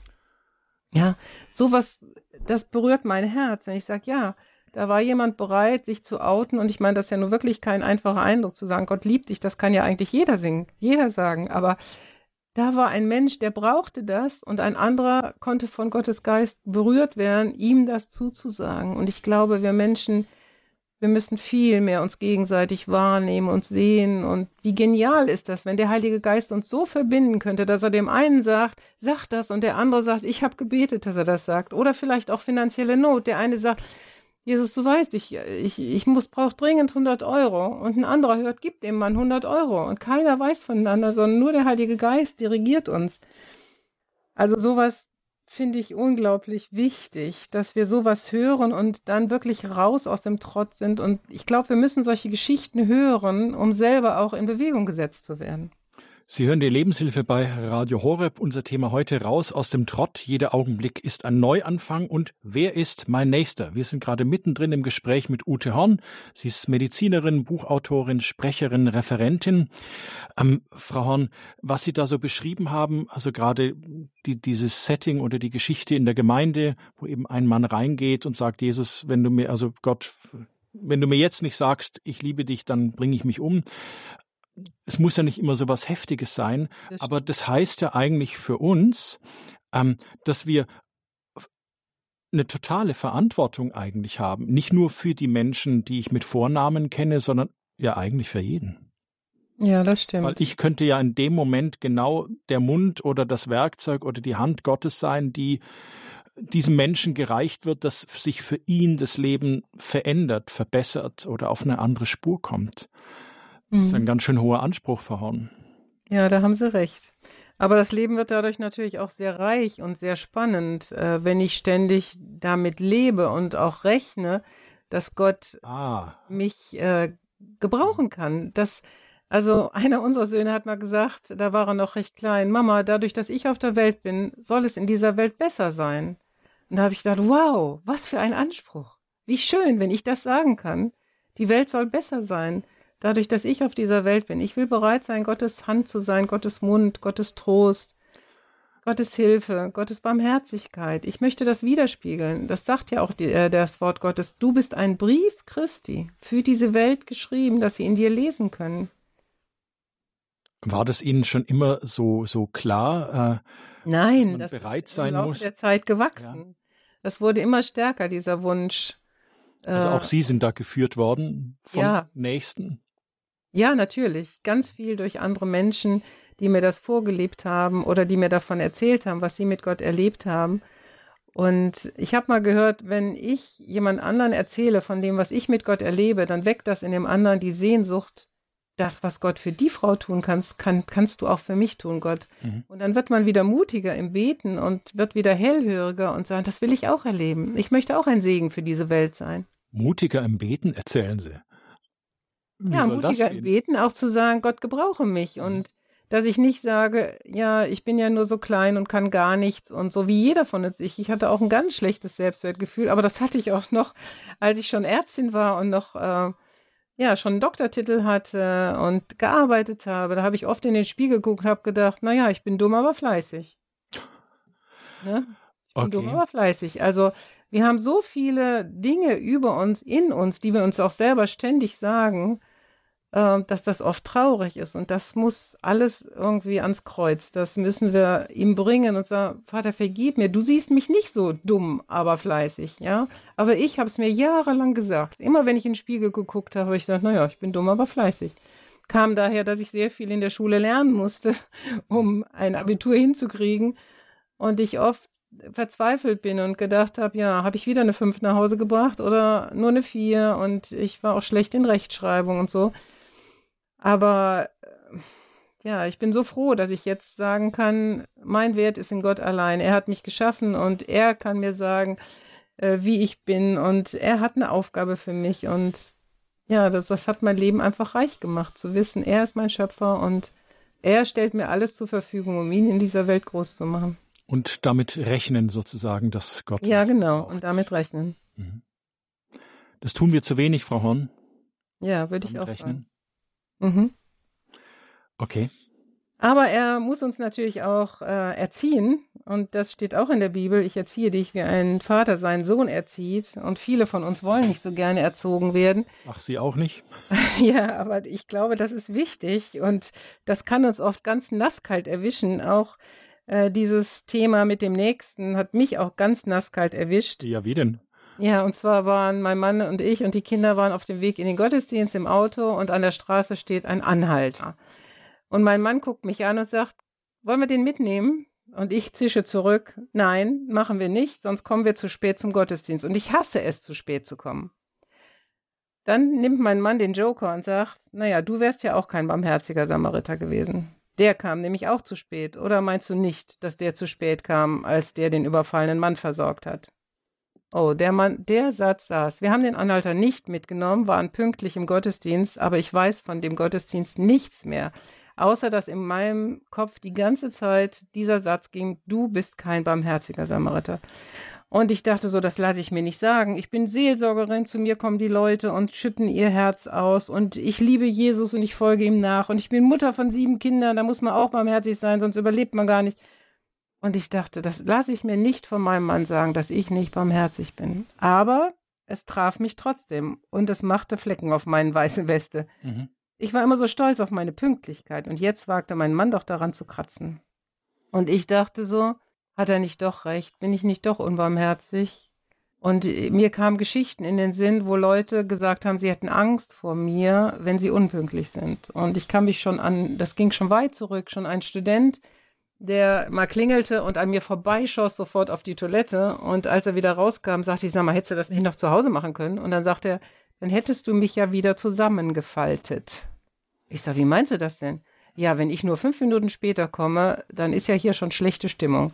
Ja, sowas, das berührt mein Herz. Wenn ich sage, ja, da war jemand bereit, sich zu outen. Und ich meine, das ist ja nur wirklich kein einfacher Eindruck zu sagen, Gott liebt dich. Das kann ja eigentlich jeder singen, jeder sagen. Aber da war ein Mensch, der brauchte das und ein anderer konnte von Gottes Geist berührt werden, ihm das zuzusagen. Und ich glaube, wir Menschen, wir müssen viel mehr uns gegenseitig wahrnehmen und sehen. Und wie genial ist das, wenn der Heilige Geist uns so verbinden könnte, dass er dem einen sagt, sag das, und der andere sagt, ich habe gebetet, dass er das sagt. Oder vielleicht auch finanzielle Not. Der eine sagt, Jesus, du weißt, ich, ich, ich muss, brauche dringend hundert Euro. Und ein anderer hört, gib dem Mann hundert Euro. Und keiner weiß voneinander, sondern nur der Heilige Geist dirigiert uns. Also sowas finde ich unglaublich wichtig, dass wir sowas hören und dann wirklich raus aus dem Trott sind. Und ich glaube, wir müssen solche Geschichten hören, um selber auch in Bewegung gesetzt zu werden. Sie hören die Lebenshilfe bei Radio Horeb. Unser Thema heute: raus aus dem Trott. Jeder Augenblick ist ein Neuanfang. Und wer ist mein Nächster? Wir sind gerade mittendrin im Gespräch mit Ute Horn. Sie ist Medizinerin, Buchautorin, Sprecherin, Referentin. Ähm, Frau Horn, was Sie da so beschrieben haben, also gerade die, dieses Setting oder die Geschichte in der Gemeinde, wo eben ein Mann reingeht und sagt, Jesus, wenn du mir, also Gott, wenn du mir jetzt nicht sagst, ich liebe dich, dann bringe ich mich um. Es muss ja nicht immer so was Heftiges sein, das aber das heißt ja eigentlich für uns, ähm, dass wir eine totale Verantwortung eigentlich haben. Nicht nur für die Menschen, die ich mit Vornamen kenne, sondern ja eigentlich für jeden. Ja, das stimmt. Weil ich könnte ja in dem Moment genau der Mund oder das Werkzeug oder die Hand Gottes sein, die diesem Menschen gereicht wird, dass sich für ihn das Leben verändert, verbessert oder auf eine andere Spur kommt. Das ist ein ganz schön hoher Anspruch, Frau Horn. Ja, da haben Sie recht. Aber das Leben wird dadurch natürlich auch sehr reich und sehr spannend, äh, wenn ich ständig damit lebe und auch rechne, dass Gott ah. mich äh, gebrauchen kann. Das, also einer unserer Söhne hat mal gesagt, da war er noch recht klein, Mama, dadurch, dass ich auf der Welt bin, soll es in dieser Welt besser sein. Und da habe ich gedacht, wow, was für ein Anspruch. Wie schön, wenn ich das sagen kann. Die Welt soll besser sein. Dadurch, dass ich auf dieser Welt bin. Ich will bereit sein, Gottes Hand zu sein, Gottes Mund, Gottes Trost, Gottes Hilfe, Gottes Barmherzigkeit. Ich möchte das widerspiegeln. Das sagt ja auch die, äh, das Wort Gottes. Du bist ein Brief Christi, für diese Welt geschrieben, dass sie in dir lesen können. War das Ihnen schon immer so, so klar, äh, Nein, dass man das bereit ist sein im Laufe muss? der Zeit gewachsen. Ja. Das wurde immer stärker, dieser Wunsch. Also auch Sie sind da geführt worden von ja. Nächsten? Ja, natürlich. Ganz viel durch andere Menschen, die mir das vorgelebt haben oder die mir davon erzählt haben, was sie mit Gott erlebt haben. Und ich habe mal gehört, wenn ich jemand anderen erzähle von dem, was ich mit Gott erlebe, dann weckt das in dem anderen die Sehnsucht, das, was Gott für die Frau tun kannst, kann, kannst du auch für mich tun, Gott. Mhm. Und dann wird man wieder mutiger im Beten und wird wieder hellhöriger und sagt, das will ich auch erleben. Ich möchte auch ein Segen für diese Welt sein. Mutiger im Beten, erzählen Sie. Wie ja, soll mutiger das im Beten, auch zu sagen, Gott gebrauche mich. Mhm. Und dass ich nicht sage, ja, ich bin ja nur so klein und kann gar nichts und so wie jeder von uns. Ich, ich hatte auch ein ganz schlechtes Selbstwertgefühl, aber das hatte ich auch noch, als ich schon Ärztin war und noch äh, ja, schon einen Doktortitel hatte und gearbeitet habe. Da habe ich oft in den Spiegel geguckt und habe gedacht, naja, ich bin dumm, aber fleißig. Ne? Ich bin dumm, Okay. aber fleißig. Also wir haben so viele Dinge über uns, in uns, die wir uns auch selber ständig sagen, äh, dass das oft traurig ist. Und das muss alles irgendwie ans Kreuz. Das müssen wir ihm bringen und sagen, Vater, vergib mir. Du siehst mich nicht so dumm, aber fleißig, ja. Aber ich habe es mir jahrelang gesagt. Immer wenn ich in den Spiegel geguckt habe, habe ich gesagt, naja, ich bin dumm, aber fleißig. Kam daher, dass ich sehr viel in der Schule lernen musste, um ein Abitur hinzukriegen. Und ich oft verzweifelt bin und gedacht habe, ja, habe ich wieder eine fünf nach Hause gebracht oder nur eine vier? Und ich war auch schlecht in Rechtschreibung und so. Aber äh, ja, ich bin so froh, dass ich jetzt sagen kann, mein Wert ist in Gott allein. Er hat mich geschaffen und er kann mir sagen, äh, wie ich bin. Und er hat eine Aufgabe für mich. Und ja, das, das hat mein Leben einfach reich gemacht, zu wissen, er ist mein Schöpfer und er stellt mir alles zur Verfügung, um ihn in dieser Welt groß zu machen. Und damit rechnen sozusagen, dass Gott. Ja, genau. braucht. Und damit rechnen. Mhm. Das tun wir zu wenig, Frau Horn. Ja, würde ich Damit auch rechnen. sagen. Mhm. Okay. Aber er muss uns natürlich auch äh, erziehen. Und das steht auch in der Bibel. Ich erziehe dich, wie ein Vater seinen Sohn erzieht. Und viele von uns wollen nicht so gerne erzogen werden. Ach, Sie auch nicht? Ja, aber ich glaube, das ist wichtig. Und das kann uns oft ganz nasskalt erwischen. Auch äh, dieses Thema mit dem Nächsten hat mich auch ganz nasskalt erwischt. Ja, wie denn? Ja, und zwar waren mein Mann und ich und die Kinder waren auf dem Weg in den Gottesdienst im Auto und an der Straße steht ein Anhalter. Und mein Mann guckt mich an und sagt, wollen wir den mitnehmen? Und ich zische zurück, nein, machen wir nicht, sonst kommen wir zu spät zum Gottesdienst. Und ich hasse es, zu spät zu kommen. Dann nimmt mein Mann den Joker und sagt, naja, du wärst ja auch kein barmherziger Samariter gewesen. Der kam nämlich auch zu spät. Oder meinst du nicht, dass der zu spät kam, als der den überfallenen Mann versorgt hat? Oh, der Mann, der Satz saß. Wir haben den Anhalter nicht mitgenommen, waren pünktlich im Gottesdienst, aber ich weiß von dem Gottesdienst nichts mehr, außer dass in meinem Kopf die ganze Zeit dieser Satz ging, du bist kein barmherziger Samariter. Und ich dachte so, das lasse ich mir nicht sagen. Ich bin Seelsorgerin, zu mir kommen die Leute und schütten ihr Herz aus und ich liebe Jesus und ich folge ihm nach und ich bin Mutter von sieben Kindern, da muss man auch barmherzig sein, sonst überlebt man gar nicht. Und ich dachte, das lasse ich mir nicht von meinem Mann sagen, dass ich nicht barmherzig bin. Aber es traf mich trotzdem und es machte Flecken auf meinen weißen Weste. Mhm. Ich war immer so stolz auf meine Pünktlichkeit und jetzt wagte mein Mann doch daran zu kratzen. Und ich dachte so, hat er nicht doch recht? Bin ich nicht doch unbarmherzig? Und mir kamen Geschichten in den Sinn, wo Leute gesagt haben, sie hätten Angst vor mir, wenn sie unpünktlich sind. Und ich kann mich schon an, das ging schon weit zurück, schon ein Student, der mal klingelte und an mir vorbeischoss sofort auf die Toilette. Und als er wieder rauskam, sagte ich, sag mal, hättest du das nicht noch zu Hause machen können? Und dann sagte er, dann hättest du mich ja wieder zusammengefaltet. Ich sag, wie meinst du das denn? Ja, wenn ich nur fünf Minuten später komme, dann ist ja hier schon schlechte Stimmung.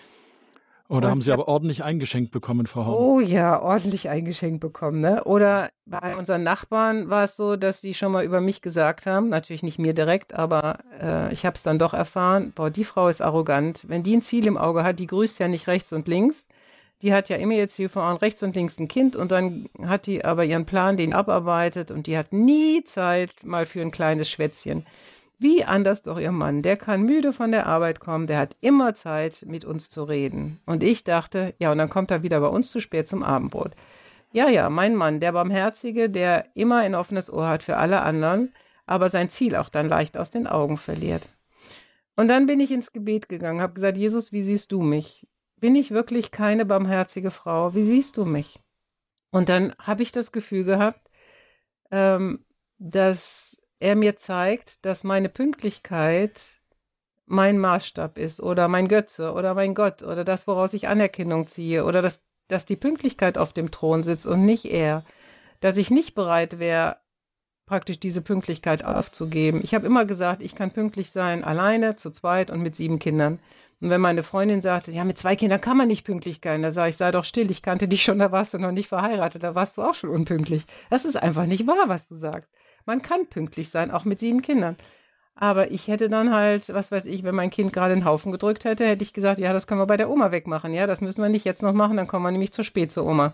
Oder Und haben Sie ich aber ordentlich eingeschenkt bekommen, Frau Horn? Oh ja, ordentlich eingeschenkt bekommen, ne? Oder bei unseren Nachbarn war es so, dass die schon mal über mich gesagt haben, natürlich nicht mir direkt, aber äh, ich habe es dann doch erfahren, boah, die Frau ist arrogant. Wenn die ein Ziel im Auge hat, die grüßt ja nicht rechts und links. Die hat ja immer ihr Ziel vor Augen, rechts und links ein Kind und dann hat die aber ihren Plan, den abarbeitet und die hat nie Zeit mal für ein kleines Schwätzchen. Wie anders doch ihr Mann, der kann müde von der Arbeit kommen, der hat immer Zeit, mit uns zu reden. Und ich dachte, ja, und dann kommt er wieder bei uns zu spät zum Abendbrot. Ja, ja, mein Mann, der Barmherzige, der immer ein offenes Ohr hat für alle anderen, aber sein Ziel auch dann leicht aus den Augen verliert. Und dann bin ich ins Gebet gegangen, habe gesagt, Jesus, wie siehst du mich? Bin ich wirklich keine barmherzige Frau? Wie siehst du mich? Und dann habe ich das Gefühl gehabt, ähm, dass er mir zeigt, dass meine Pünktlichkeit mein Maßstab ist oder mein Götze oder mein Gott oder das, woraus ich Anerkennung ziehe oder dass, dass die Pünktlichkeit auf dem Thron sitzt und nicht er. Dass ich nicht bereit wäre, praktisch diese Pünktlichkeit aufzugeben. Ich habe immer gesagt, ich kann pünktlich sein, alleine, zu zweit und mit sieben Kindern. Und wenn meine Freundin sagte, ja, mit zwei Kindern kann man nicht pünktlich sein, da sage ich, sei doch still, ich kannte dich schon, da warst du noch nicht verheiratet, da warst du auch schon unpünktlich. Das ist einfach nicht wahr, was du sagst. Man kann pünktlich sein, auch mit sieben Kindern. Aber ich hätte dann halt, was weiß ich, wenn mein Kind gerade einen Haufen gedrückt hätte, hätte ich gesagt, ja, das können wir bei der Oma wegmachen. Ja, das müssen wir nicht jetzt noch machen, dann kommen wir nämlich zu spät zur Oma.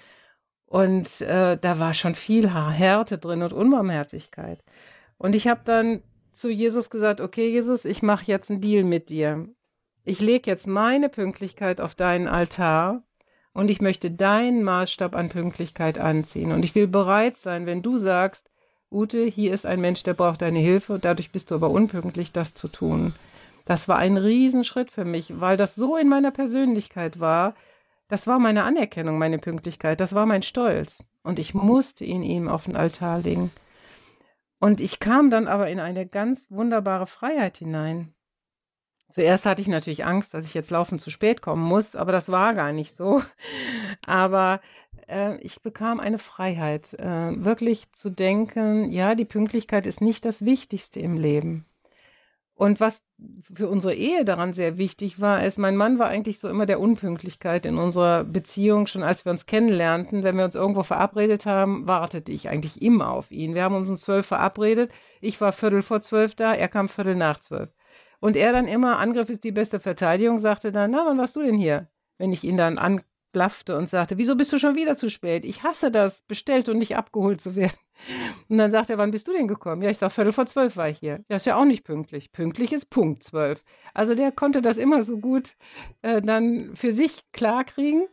Und äh, da war schon viel Härte drin und Unbarmherzigkeit. Und ich habe dann zu Jesus gesagt, okay, Jesus, ich mache jetzt einen Deal mit dir. Ich lege jetzt meine Pünktlichkeit auf deinen Altar und ich möchte deinen Maßstab an Pünktlichkeit anziehen. Und ich will bereit sein, wenn du sagst, Ute, hier ist ein Mensch, der braucht deine Hilfe und dadurch bist du aber unpünktlich, das zu tun. Das war ein Riesenschritt für mich, weil das so in meiner Persönlichkeit war. Das war meine Anerkennung, meine Pünktlichkeit, das war mein Stolz. Und ich musste ihn ihm auf den Altar legen. Und ich kam dann aber in eine ganz wunderbare Freiheit hinein. Zuerst hatte ich natürlich Angst, dass ich jetzt laufend zu spät kommen muss, aber das war gar nicht so. Aber äh, ich bekam eine Freiheit, äh, wirklich zu denken, ja, die Pünktlichkeit ist nicht das Wichtigste im Leben. Und was für unsere Ehe daran sehr wichtig war, ist, mein Mann war eigentlich so immer der Unpünktlichkeit in unserer Beziehung, schon als wir uns kennenlernten. Wenn wir uns irgendwo verabredet haben, wartete ich eigentlich immer auf ihn. Wir haben uns um zwölf verabredet, ich war viertel vor zwölf da, er kam viertel nach zwölf. Und er dann immer, Angriff ist die beste Verteidigung, sagte dann, na, wann warst du denn hier? Wenn ich ihn dann anblaffte und sagte, wieso bist du schon wieder zu spät? Ich hasse das, bestellt und nicht abgeholt zu werden. Und dann sagt er, wann bist du denn gekommen? Ja, ich sag, viertel vor zwölf war ich hier. Ja, ist ja auch nicht pünktlich. Pünktlich ist Punkt zwölf. Also der konnte das immer so gut äh, dann für sich klarkriegen.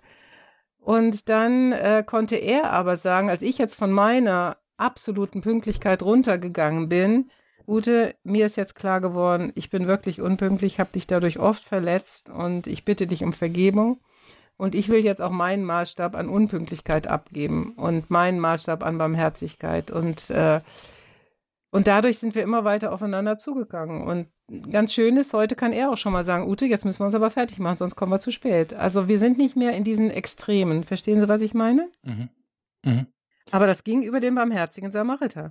Und dann äh, konnte er aber sagen, als ich jetzt von meiner absoluten Pünktlichkeit runtergegangen bin, Ute, mir ist jetzt klar geworden, ich bin wirklich unpünktlich, habe dich dadurch oft verletzt und ich bitte dich um Vergebung. Und ich will jetzt auch meinen Maßstab an Unpünktlichkeit abgeben und meinen Maßstab an Barmherzigkeit. Und, äh, und dadurch sind wir immer weiter aufeinander zugegangen. Und ganz schön ist, heute kann er auch schon mal sagen, Ute, jetzt müssen wir uns aber fertig machen, sonst kommen wir zu spät. Also wir sind nicht mehr in diesen Extremen. Verstehen Sie, was ich meine? Mhm. Mhm. Aber das ging über den barmherzigen Samariter.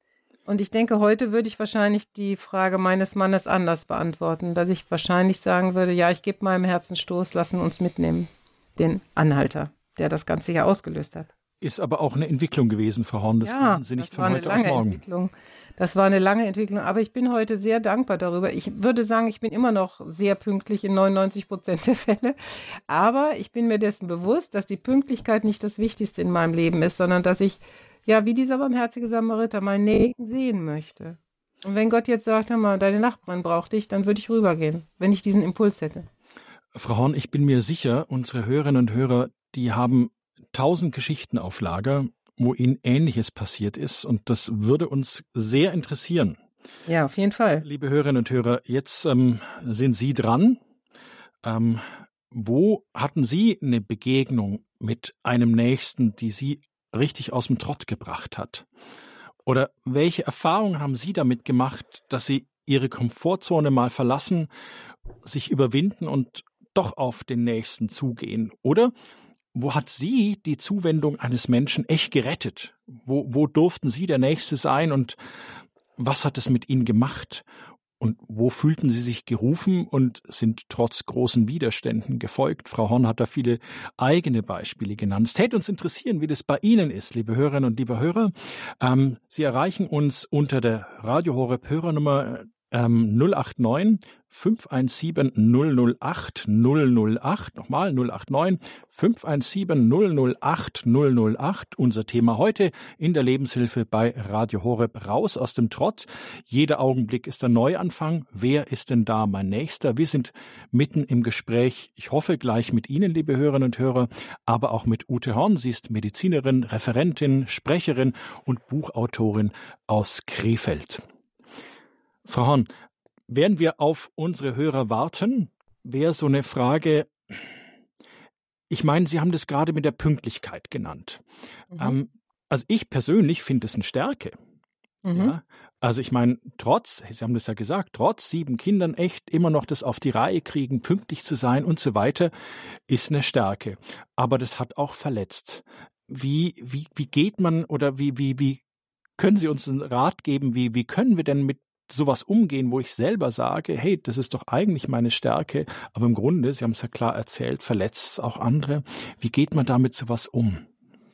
Und ich denke, heute würde ich wahrscheinlich die Frage meines Mannes anders beantworten, dass ich wahrscheinlich sagen würde, ja, ich gebe meinem Herzen Stoß, lassen uns mitnehmen. Den Anhalter, der das Ganze ja ausgelöst hat. Ist aber auch eine Entwicklung gewesen, Frau Horn. Das ja, konnten Sie nicht das von war heute eine lange auf morgen. Entwicklung. Das war eine lange Entwicklung, aber ich bin heute sehr dankbar darüber. Ich würde sagen, ich bin immer noch sehr pünktlich in neunundneunzig Prozent der Fälle, aber ich bin mir dessen bewusst, dass die Pünktlichkeit nicht das Wichtigste in meinem Leben ist, sondern dass ich, ja, wie dieser barmherzige Samariter, meinen Nächsten sehen möchte. Und wenn Gott jetzt sagt, hör mal, deine Nachbarin braucht dich, dann würde ich rübergehen, wenn ich diesen Impuls hätte. Frau Horn, ich bin mir sicher, unsere Hörerinnen und Hörer, die haben tausend Geschichten auf Lager, wo ihnen Ähnliches passiert ist. Und das würde uns sehr interessieren. Ja, auf jeden Fall. Liebe Hörerinnen und Hörer, jetzt ähm, sind Sie dran. Ähm, wo hatten Sie eine Begegnung mit einem Nächsten, die Sie richtig aus dem Trott gebracht hat? Oder welche Erfahrungen haben Sie damit gemacht, dass Sie Ihre Komfortzone mal verlassen, sich überwinden und doch auf den Nächsten zugehen? Oder wo hat Sie die Zuwendung eines Menschen echt gerettet? Wo, wo durften Sie der Nächste sein und was hat es mit Ihnen gemacht? Und wo fühlten Sie sich gerufen und sind trotz großen Widerständen gefolgt? Frau Horn hat da viele eigene Beispiele genannt. Es täte uns interessieren, wie das bei Ihnen ist, liebe Hörerinnen und liebe Hörer. Ähm, Sie erreichen uns unter der Radio Horeb Hörernummer ähm, null acht neun fünf eins sieben null null acht null null acht, nochmal null acht neun fünf eins sieben null null acht null null acht. Unser Thema heute in der Lebenshilfe bei Radio Horeb, raus aus dem Trott. Jeder Augenblick ist ein Neuanfang. Wer ist denn da mein Nächster? Wir sind mitten im Gespräch, ich hoffe gleich mit Ihnen, liebe Hörerinnen und Hörer, aber auch mit Ute Horn. Sie ist Medizinerin, Referentin, Sprecherin und Buchautorin aus Krefeld. Frau Horn, während wir auf unsere Hörer warten, wäre so eine Frage, ich meine, Sie haben das gerade mit der Pünktlichkeit genannt. Mhm. Ähm, also ich persönlich finde es eine Stärke. Mhm. Ja? Also ich meine, trotz, Sie haben das ja gesagt, trotz sieben Kindern echt immer noch das auf die Reihe kriegen, pünktlich zu sein und so weiter, ist eine Stärke. Aber das hat auch verletzt. Wie, wie, wie geht man oder wie, wie, wie können Sie uns einen Rat geben, wie, wie können wir denn mit sowas umgehen, wo ich selber sage, hey, das ist doch eigentlich meine Stärke, aber im Grunde, Sie haben es ja klar erzählt, verletzt es auch andere. Wie geht man damit sowas um?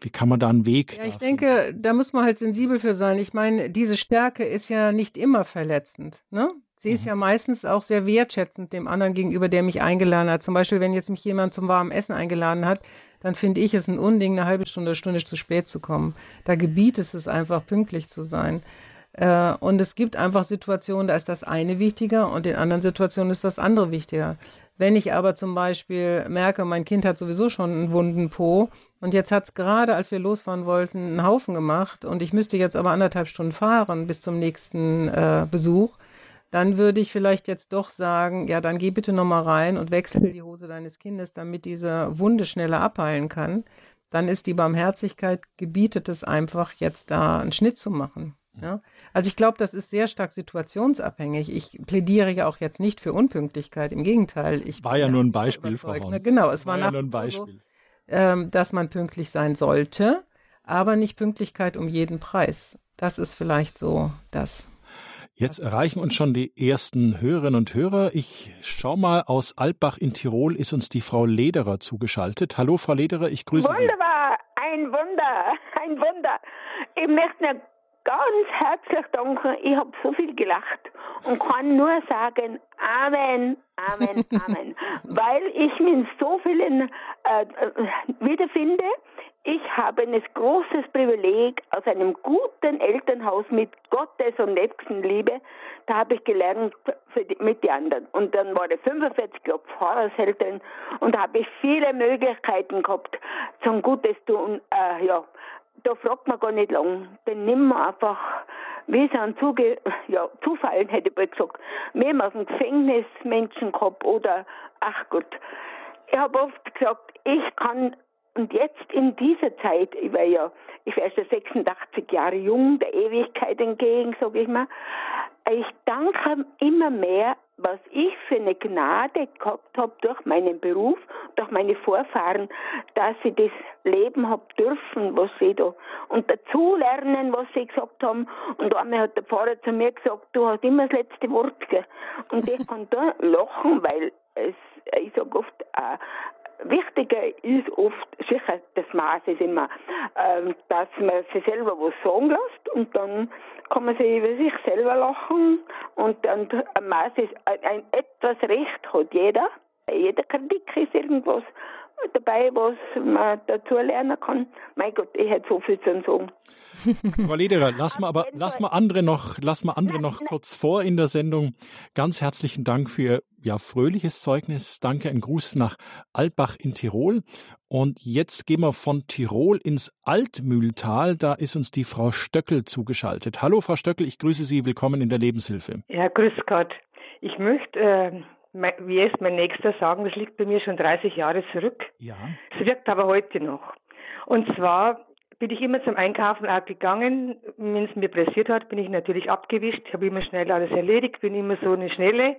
Wie kann man da einen Weg Ja, ich da finden? denke, da muss man halt sensibel für sein. Ich meine, diese Stärke ist ja nicht immer verletzend, ne? Sie ist Mhm. ja meistens auch sehr wertschätzend dem anderen gegenüber, der mich eingeladen hat. Zum Beispiel, wenn jetzt mich jemand zum warmen Essen eingeladen hat, dann finde ich es ein Unding, eine halbe Stunde, Stunde zu spät zu kommen. Da gebietet es einfach, pünktlich zu sein. Äh, und es gibt einfach Situationen, da ist das eine wichtiger und in anderen Situationen ist das andere wichtiger. Wenn ich aber zum Beispiel merke, mein Kind hat sowieso schon einen wunden Po und jetzt hat es gerade, als wir losfahren wollten, einen Haufen gemacht und ich müsste jetzt aber anderthalb Stunden fahren bis zum nächsten äh, Besuch, dann würde ich vielleicht jetzt doch sagen, ja, dann geh bitte nochmal rein und wechsel die Hose deines Kindes, damit diese Wunde schneller abheilen kann. Dann ist die Barmherzigkeit, gebietet es einfach, jetzt da einen Schnitt zu machen. Ja? Also ich glaube, das ist sehr stark situationsabhängig. Ich plädiere ja auch jetzt nicht für Unpünktlichkeit. Im Gegenteil, ich War bin ja nur nach ein wie vor Beispiel, Frau überzeugt. Ne? Horn. Genau, es war War ja nach nur wie ein vor so, Beispiel. ähm, dass man pünktlich sein sollte, aber nicht Pünktlichkeit um jeden Preis. Das ist vielleicht so das. Jetzt erreichen uns schon die ersten Hörerinnen und Hörer. Ich schau mal, aus Alpbach in Tirol ist uns die Frau Lederer zugeschaltet. Hallo, Frau Lederer, ich grüße Sie. Wunderbar, ein Wunder, ein Wunder. Ich möchte Ihnen ganz herzlich danken. Ich habe so viel gelacht und kann nur sagen, Amen, Amen, Amen. Weil ich mich in so vielen äh, wiederfinde. Ich habe ein großes Privileg aus einem guten Elternhaus mit Gottes und Nächstenliebe. Da habe ich gelernt für die, mit den anderen. Und dann war ich fünfundvierzig Jahre Pfarrershälterin und da habe ich viele Möglichkeiten gehabt zum Gutes tun. Äh, ja, da fragt man gar nicht lang. Dann nimmt man einfach, wie es an Zuge, ja, Zufallen hätte ich bald gesagt. Wir haben aus dem Gefängnis Menschen gehabt oder, ach Gott. Ich habe oft gesagt, ich kann. Und jetzt in dieser Zeit, ich war ja, ich war schon sechsundachtzig Jahre jung, der Ewigkeit entgegen, sage ich mal, ich danke immer mehr, was ich für eine Gnade gehabt habe durch meinen Beruf, durch meine Vorfahren, dass ich das leben habe dürfen, was sie da, und dazu lernen, was sie gesagt haben. Und einmal hat der Pfarrer zu mir gesagt, du hast immer das letzte Wort, gell? Und ich kann da lachen, weil es, ich sage oft, äh, wichtiger ist oft, sicher das Maß ist immer, ähm, dass man sich selber was sagen lässt und dann kann man sich über sich selber lachen und dann ein Maß ist, ein, ein etwas Recht hat jeder. Jeder Kritik ist irgendwas dabei, was man dazu lernen kann. Mein Gott, ich hätte so viel zu sagen. Frau Lederer, lass mal aber, lass mal andere noch, lass mal andere noch kurz vor in der Sendung. Ganz herzlichen Dank für Ihr, ja, fröhliches Zeugnis. Danke, ein Gruß nach Alpbach in Tirol. Und jetzt gehen wir von Tirol ins Altmühltal. Da ist uns die Frau Stöckel zugeschaltet. Hallo, Frau Stöckel, ich grüße Sie. Willkommen in der Lebenshilfe. Ja, grüß Gott. Ich möchte, äh, mein, wie erst mein Nächster sagen, das liegt bei mir schon dreißig Jahre zurück. Ja. Es wirkt aber heute noch. Und zwar bin ich immer zum Einkaufen auch gegangen. Wenn es mir pressiert hat, bin ich natürlich abgewischt. Ich habe immer schnell alles erledigt, bin immer so eine Schnelle.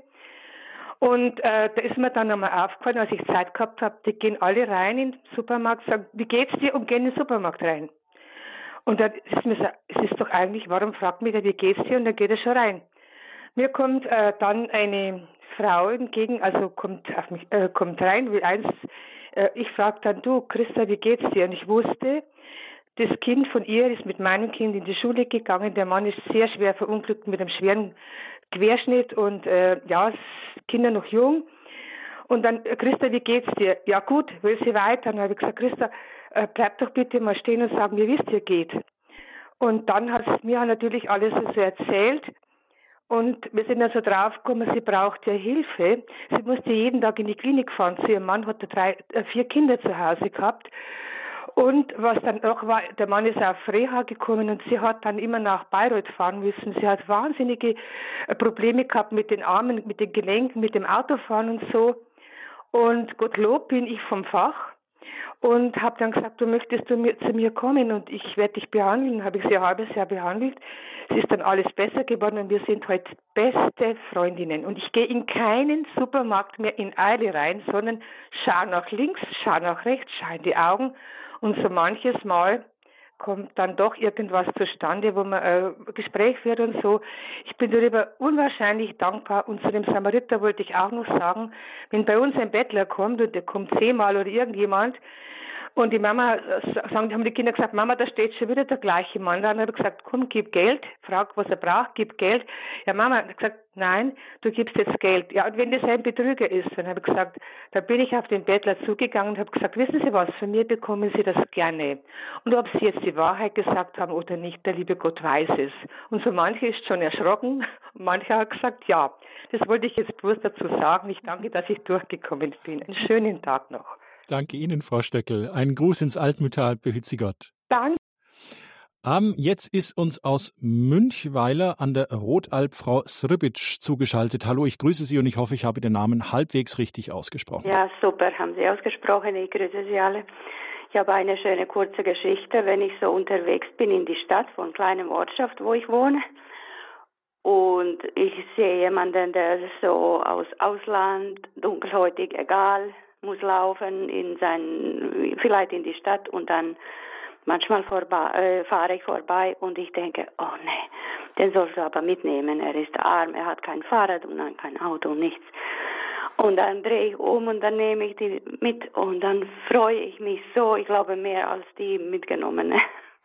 Und äh, da ist mir dann einmal aufgefallen, als ich Zeit gehabt habe, die gehen alle rein in den Supermarkt, sagen, wie geht's dir, und gehen in den Supermarkt rein. Und dann ist mir so, es ist doch eigentlich, warum fragt mich der, wie geht's dir, und dann geht er schon rein. Mir kommt äh, dann eine Frau entgegen, also kommt auf mich, äh, kommt rein, will eins, äh, ich frage dann, du Christa, wie geht's dir? Und ich wusste, das Kind von ihr ist mit meinem Kind in die Schule gegangen. Der Mann ist sehr schwer verunglückt mit einem schweren Querschnitt und äh, ja, Kinder noch jung. Und dann, Christa, wie geht's dir? Ja gut, will sie weiter? Dann habe ich gesagt, Christa, äh, bleib doch bitte mal stehen und sag mir, wie es dir geht. Und dann hat es mir natürlich alles so erzählt. Und wir sind dann so draufgekommen, sie braucht ja Hilfe. Sie musste jeden Tag in die Klinik fahren. Zu ihrem Mann hatte drei, äh, vier Kinder zu Hause gehabt. Und was dann noch war, der Mann ist auf Reha gekommen und sie hat dann immer nach Bayreuth fahren müssen. Sie hat wahnsinnige Probleme gehabt mit den Armen, mit den Gelenken, mit dem Autofahren und so. Und Gottlob bin ich vom Fach und habe dann gesagt, du möchtest du mir, zu mir kommen und ich werde dich behandeln. Habe ich sie ein halbes Jahr behandelt. Es ist dann alles besser geworden und wir sind heute beste Freundinnen. Und ich gehe in keinen Supermarkt mehr in Eile rein, sondern schau nach links, schau nach rechts, schau in die Augen. Und so manches Mal kommt dann doch irgendwas zustande, wo man ein äh, Gespräch führt und so. Ich bin darüber unwahrscheinlich dankbar. Und zu dem Samariter wollte ich auch noch sagen, wenn bei uns ein Bettler kommt und der kommt zehnmal oder irgendjemand Und die Mama, sagen, haben die Kinder gesagt, Mama, da steht schon wieder der gleiche Mann. Dann habe ich gesagt, komm, gib Geld, frag, was er braucht, gib Geld. Ja, Mama hat gesagt, nein, du gibst jetzt Geld. Ja, und wenn das ein Betrüger ist, dann habe ich gesagt, da bin ich auf den Bettler zugegangen und habe gesagt, wissen Sie was, von mir bekommen Sie das gerne. Und ob Sie jetzt die Wahrheit gesagt haben oder nicht, der liebe Gott weiß es. Und so manche ist schon erschrocken, und manche hat gesagt, ja. Das wollte ich jetzt bloß dazu sagen. Ich danke, dass ich durchgekommen bin. Einen schönen Tag noch. Danke Ihnen, Frau Stöckel. Einen Gruß ins Altmühltal, behüt Sie Gott. Danke. Um, jetzt ist uns aus Münchweiler an der Rotalp Frau Sribic zugeschaltet. Hallo, ich grüße Sie und ich hoffe, ich habe den Namen halbwegs richtig ausgesprochen. Ja, super, haben Sie ausgesprochen. Ich grüße Sie alle. Ich habe eine schöne kurze Geschichte, wenn ich so unterwegs bin in die Stadt von kleiner Ortschaft, wo ich wohne. Und ich sehe jemanden, der so aus Ausland, dunkelhäutig, egal, muss laufen in sein, vielleicht in die Stadt und dann manchmal vorbei, äh, fahre ich vorbei und ich denke, oh nee, den sollst du aber mitnehmen. Er ist arm, er hat kein Fahrrad und dann kein Auto und nichts. Und dann drehe ich um und dann nehme ich die mit und dann freue ich mich so, ich glaube mehr als die mitgenommene.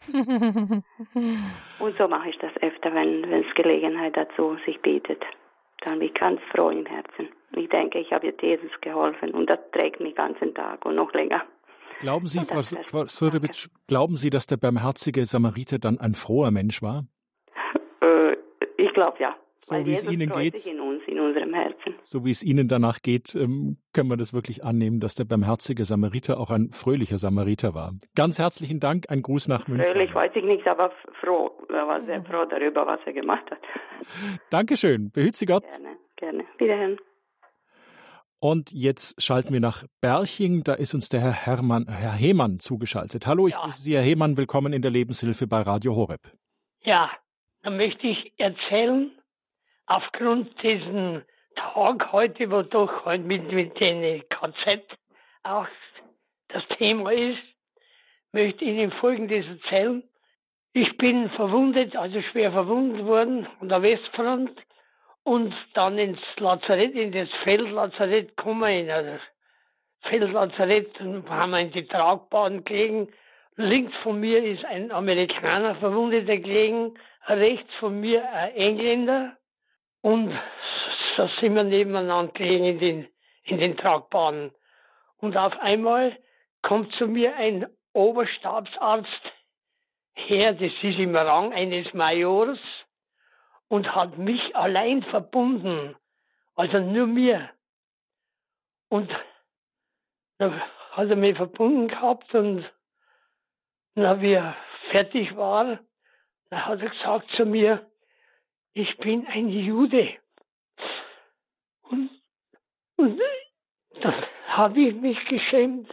Und so mache ich das öfter, wenn es Gelegenheit dazu sich bietet. Dann bin ich ganz froh im Herzen. Ich denke, ich habe jetzt Jesus geholfen und das trägt mich den ganzen Tag und noch länger. Glauben Sie, Frau, Frau Sribic, glauben Sie, dass der barmherzige Samariter dann ein froher Mensch war? Äh, ich glaube ja. So Weil wie Jesus es Ihnen freut geht, sich in uns, in unserem Herzen. So wie es Ihnen danach geht, ähm, können wir das wirklich annehmen, dass der barmherzige Samariter auch ein fröhlicher Samariter war. Ganz herzlichen Dank, ein Gruß nach München. Fröhlich weiß ich nicht, aber froh, er war sehr froh darüber, was er gemacht hat. Dankeschön, behüt Sie Gott. Gerne, gerne. Wiederhören. Und jetzt schalten wir nach Berching, da ist uns der Herr Hermann, Herr Hemann zugeschaltet. Hallo, ich Ja. grüße Sie, Herr Hemann, willkommen in der Lebenshilfe bei Radio Horeb. Ja, dann möchte ich erzählen, aufgrund diesen Tag heute, wo doch halt mit, mit den K Z auch das Thema ist, möchte ich Ihnen Folgendes erzählen. Ich bin verwundet, also schwer verwundet worden an der Westfront und dann ins Lazarett, in das Feldlazarett gekommen, in das Feldlazarett, und haben wir in die Tragbahn gelegen. Links von mir ist ein Amerikaner Verwundeter gelegen, rechts von mir ein Engländer. Und so sind wir nebeneinander gelegen in den, in den Tragbahnen. Und auf einmal kommt zu mir ein Oberstabsarzt her, das ist im Rang eines Majors, und hat mich allein verbunden, also nur mir. Und dann hat er mich verbunden gehabt und na, wie er fertig war, dann hat er gesagt zu mir, ich bin ein Jude. Und, und dann habe ich mich geschämt.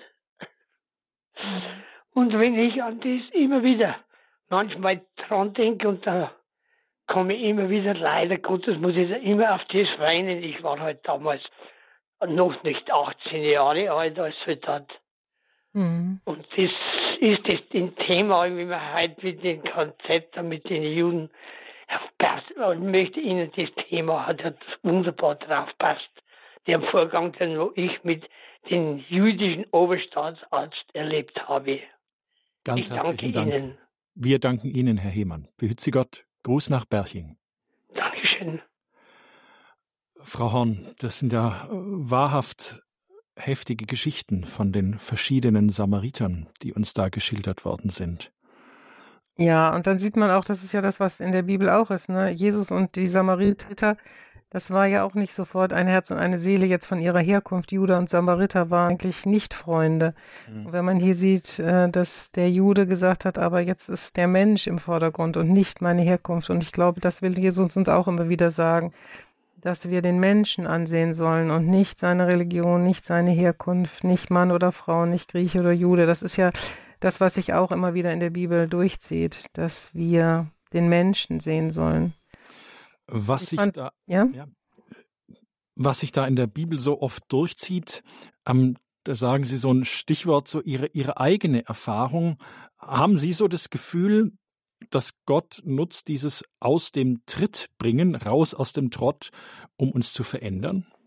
Und wenn ich an das immer wieder manchmal dran denke, und da komme ich immer wieder, leider Gottes, muss ich immer auf das weinen. Ich war halt damals noch nicht achtzehn Jahre alt als Soldat. Mhm. Und das ist das ein Thema, wie man heute mit den K Z, mit den Juden, und möchte Ihnen das Thema, hat er wunderbar drauf passt. Der Vorgang, den ich mit dem jüdischen Oberstaatsarzt erlebt habe. Ganz ich herzlichen danke Dank. Ihnen. Wir danken Ihnen, Herr Hemann. Behüt Sie Gott. Gruß nach Berching. Dankeschön. Frau Horn, das sind ja äh, wahrhaft heftige Geschichten von den verschiedenen Samaritern, die uns da geschildert worden sind. Ja, und dann sieht man auch, das ist ja das, was in der Bibel auch ist, ne? Jesus und die Samariter, das war ja auch nicht sofort ein Herz und eine Seele jetzt von ihrer Herkunft. Jude und Samariter waren eigentlich nicht Freunde. Mhm. Und wenn man hier sieht, dass der Jude gesagt hat, aber jetzt ist der Mensch im Vordergrund und nicht meine Herkunft. Und ich glaube, das will Jesus uns auch immer wieder sagen, dass wir den Menschen ansehen sollen und nicht seine Religion, nicht seine Herkunft, nicht Mann oder Frau, nicht Grieche oder Jude. Das ist ja das, was sich auch immer wieder in der Bibel durchzieht, dass wir den Menschen sehen sollen. Was sich, fand, da, ja? Ja, was sich da in der Bibel so oft durchzieht, ähm, da sagen Sie so ein Stichwort, so Ihre, Ihre eigene Erfahrung. Haben Sie so das Gefühl, dass Gott nutzt dieses aus dem Tritt bringen, raus aus dem Trott, um uns zu verändern?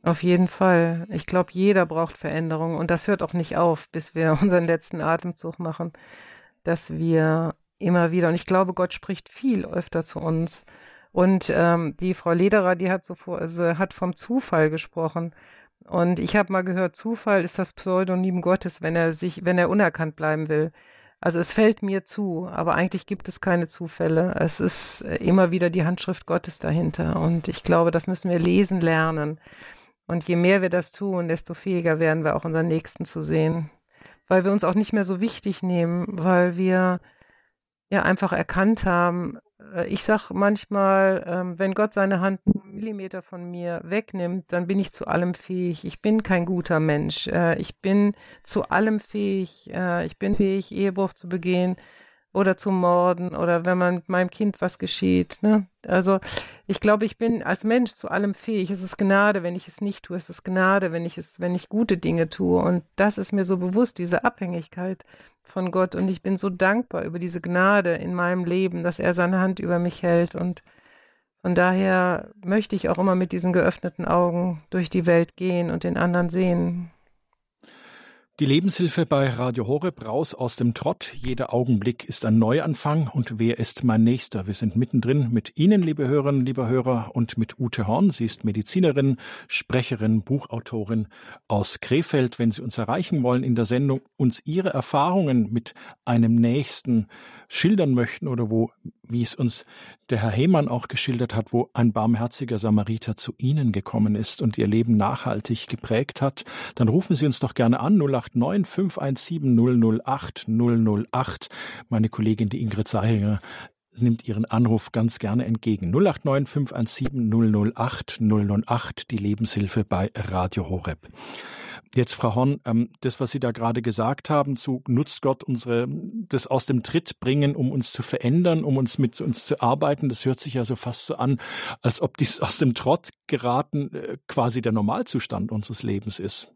Auf jeden Fall. Ich glaube, jeder braucht Veränderung und das hört auch nicht auf, bis wir unseren letzten Atemzug machen, dass wir immer wieder, und ich glaube, Gott spricht viel öfter zu uns. Und ähm, die Frau Lederer, die hat so vor, also hat vom Zufall gesprochen. Und ich habe mal gehört, Zufall ist das Pseudonym Gottes, wenn er sich, wenn er unerkannt bleiben will. Also es fällt mir zu, aber eigentlich gibt es keine Zufälle. Es ist äh, immer wieder die Handschrift Gottes dahinter. Und ich glaube, das müssen wir lesen lernen. Und je mehr wir das tun, desto fähiger werden wir auch unseren Nächsten zu sehen. Weil wir uns auch nicht mehr so wichtig nehmen, weil wir ja einfach erkannt haben, äh, ich sage manchmal, ähm, wenn Gott seine Hand einen Millimeter von mir wegnimmt, dann bin ich zu allem fähig. Ich bin kein guter Mensch. Äh, ich bin zu allem fähig. Äh, ich bin fähig, Ehebruch zu begehen oder zu morden oder wenn man mit meinem Kind was geschieht. Ne? Also ich glaube, ich bin als Mensch zu allem fähig. Es ist Gnade, wenn ich es nicht tue. Es ist Gnade, wenn ich es, wenn ich gute Dinge tue. Und das ist mir so bewusst, diese Abhängigkeit von Gott. Und ich bin so dankbar über diese Gnade in meinem Leben, dass er seine Hand über mich hält. Und von daher möchte ich auch immer mit diesen geöffneten Augen durch die Welt gehen und den anderen sehen. Die Lebenshilfe bei Radio Horeb, raus aus dem Trott. Jeder Augenblick ist ein Neuanfang. Und wer ist mein Nächster? Wir sind mittendrin mit Ihnen, liebe Hörerinnen, liebe Hörer, und mit Ute Horn. Sie ist Medizinerin, Sprecherin, Buchautorin aus Krefeld. Wenn Sie uns erreichen wollen in der Sendung, uns Ihre Erfahrungen mit einem Nächsten schildern möchten oder wo, wie es uns der Herr Hehmann auch geschildert hat, wo ein barmherziger Samariter zu Ihnen gekommen ist und Ihr Leben nachhaltig geprägt hat, dann rufen Sie uns doch gerne an, null acht neun fünf eins sieben null null acht null null acht. Meine Kollegin, die Ingrid Seihinger, nimmt Ihren Anruf ganz gerne entgegen. null acht neun fünf eins sieben null null acht null null acht, die Lebenshilfe bei Radio Horeb. Jetzt, Frau Horn, das, was Sie da gerade gesagt haben, zu nutzt Gott unsere, das aus dem Tritt bringen, um uns zu verändern, um uns mit uns zu arbeiten, das hört sich ja so fast so an, als ob dies aus dem Trott geraten quasi der Normalzustand unseres Lebens ist.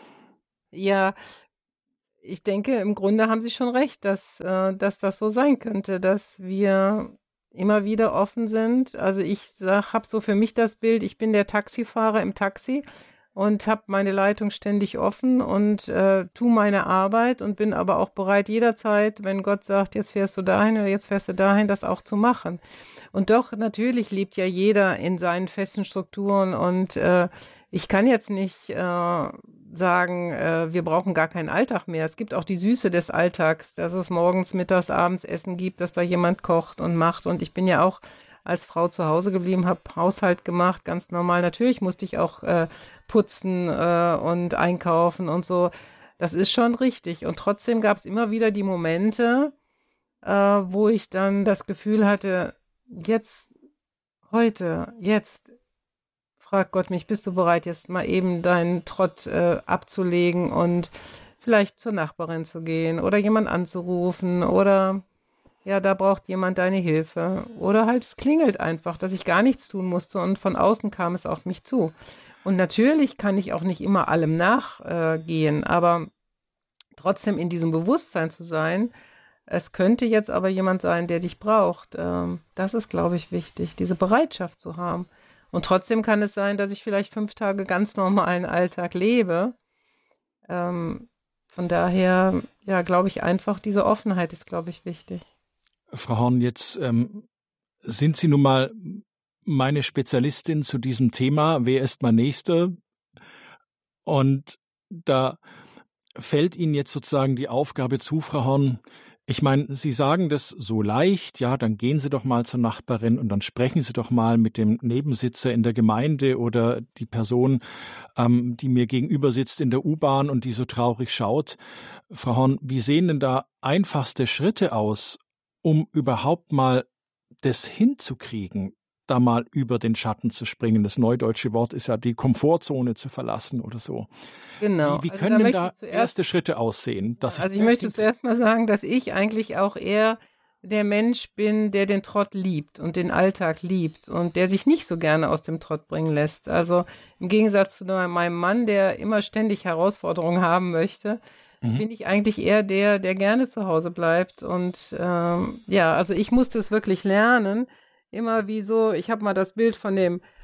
Ja, ich denke, im Grunde haben Sie schon recht, dass, äh, dass das so sein könnte, dass wir immer wieder offen sind. Also ich habe so für mich das Bild, ich bin der Taxifahrer im Taxi und habe meine Leitung ständig offen und äh, tue meine Arbeit und bin aber auch bereit, jederzeit, wenn Gott sagt, jetzt fährst du dahin oder jetzt fährst du dahin, das auch zu machen. Und doch, natürlich lebt ja jeder in seinen festen Strukturen und äh, ich kann jetzt nicht äh, sagen, äh, wir brauchen gar keinen Alltag mehr. Es gibt auch die Süße des Alltags, dass es morgens, mittags, abends Essen gibt, dass da jemand kocht und macht. Und ich bin ja auch als Frau zu Hause geblieben, habe Haushalt gemacht, ganz normal. Natürlich musste ich auch äh, putzen äh, und einkaufen und so. Das ist schon richtig. Und trotzdem gab es immer wieder die Momente, äh, wo ich dann das Gefühl hatte, jetzt, heute, jetzt, fragt Gott mich, bist du bereit, jetzt mal eben deinen Trott äh, abzulegen und vielleicht zur Nachbarin zu gehen oder jemand anzurufen oder ja, da braucht jemand deine Hilfe. Oder halt, es klingelt einfach, dass ich gar nichts tun musste und von außen kam es auf mich zu. Und natürlich kann ich auch nicht immer allem nachgehen, äh, aber trotzdem in diesem Bewusstsein zu sein, es könnte jetzt aber jemand sein, der dich braucht. Ähm, das ist, glaube ich, wichtig, diese Bereitschaft zu haben. Und trotzdem kann es sein, dass ich vielleicht fünf Tage ganz normalen Alltag lebe. Ähm, von daher, ja, glaube ich einfach, diese Offenheit ist, glaube ich, wichtig. Frau Horn, jetzt ähm, sind Sie nun mal meine Spezialistin zu diesem Thema. Wer ist mein Nächster? Und da fällt Ihnen jetzt sozusagen die Aufgabe zu, Frau Horn. Ich meine, Sie sagen das so leicht, ja, dann gehen Sie doch mal zur Nachbarin und dann sprechen Sie doch mal mit dem Nebensitzer in der Gemeinde oder die Person, ähm, die mir gegenüber sitzt in der U-Bahn und die so traurig schaut. Frau Horn, wie sehen denn da einfachste Schritte aus, um überhaupt mal das hinzukriegen, da mal über den Schatten zu springen? Das neudeutsche Wort ist ja die Komfortzone zu verlassen oder so. Genau. Wie, wie Also können da denn da möchte ich zuerst- erste Schritte aussehen? Dass Also ich das möchte hinkriege? zuerst mal sagen, dass ich eigentlich auch eher der Mensch bin, der den Trott liebt und den Alltag liebt und der sich nicht so gerne aus dem Trott bringen lässt. Also im Gegensatz zu meinem Mann, der immer ständig Herausforderungen haben möchte, Mhm. bin ich eigentlich eher der, der gerne zu Hause bleibt. Und ähm, ja, also ich musste es wirklich lernen. Immer wie so, ich habe mal das Bild von dem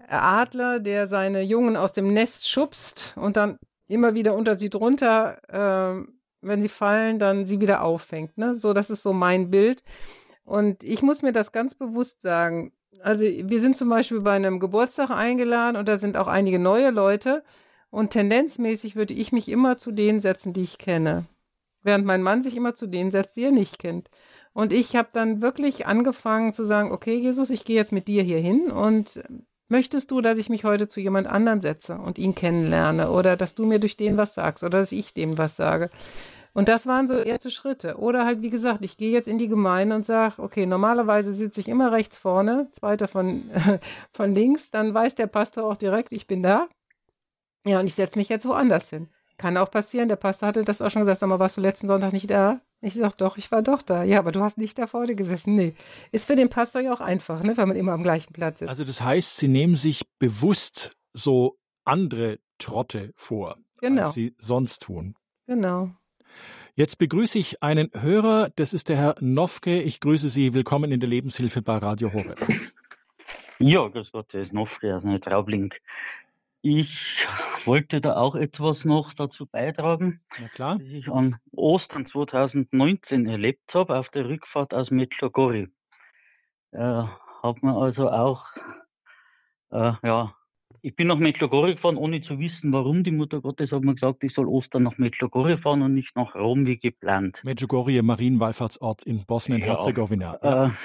Adler, der seine Jungen aus dem Nest schubst und dann immer wieder unter sie drunter, äh, wenn sie fallen, dann sie wieder auffängt. Ne? So, das ist so mein Bild. Und ich muss mir das ganz bewusst sagen. Also wir sind zum Beispiel bei einem Geburtstag eingeladen und da sind auch einige neue Leute. Und tendenzmäßig würde ich mich immer zu denen setzen, die ich kenne. Während mein Mann sich immer zu denen setzt, die er nicht kennt. Und ich habe dann wirklich angefangen zu sagen, okay, Jesus, ich gehe jetzt mit dir hier hin und möchtest du, dass ich mich heute zu jemand anderen setze und ihn kennenlerne oder dass du mir durch den was sagst oder dass ich dem was sage. Und das waren so erste Schritte. Oder halt, wie gesagt, ich gehe jetzt in die Gemeinde und sage, okay, normalerweise sitze ich immer rechts vorne, zweiter von, von links, dann weiß der Pastor auch direkt, ich bin da. Ja, und ich setze mich jetzt woanders hin. Kann auch passieren, der Pastor hatte das auch schon gesagt, sag mal, warst du letzten Sonntag nicht da? Ich sage, doch, ich war doch da. Ja, aber du hast nicht da vorne gesessen. Nee, ist für den Pastor ja auch einfach, ne, wenn man immer am gleichen Platz ist. Also das heißt, Sie nehmen sich bewusst so andere Trotte vor, genau. als Sie sonst tun. Genau. Jetzt begrüße ich einen Hörer, das ist der Herr Nofke. Ich grüße Sie, willkommen in der Lebenshilfe bei Radio Horeb. Ja, grüß Gott, das ist Nofke aus Neutraubling. Ich wollte da auch etwas noch dazu beitragen, Na klar. das ich an Ostern zweitausendneunzehn erlebt habe, auf der Rückfahrt aus Medjugorje. Äh, hat man also auch, äh, ja, ich bin nach Medjugorje gefahren, ohne zu wissen, warum. Die Mutter Gottes hat mir gesagt, ich soll Ostern nach Medjugorje fahren und nicht nach Rom wie geplant. Medjugorje, Marienwallfahrtsort in Bosnien-Herzegowina. Ja, ja. Äh,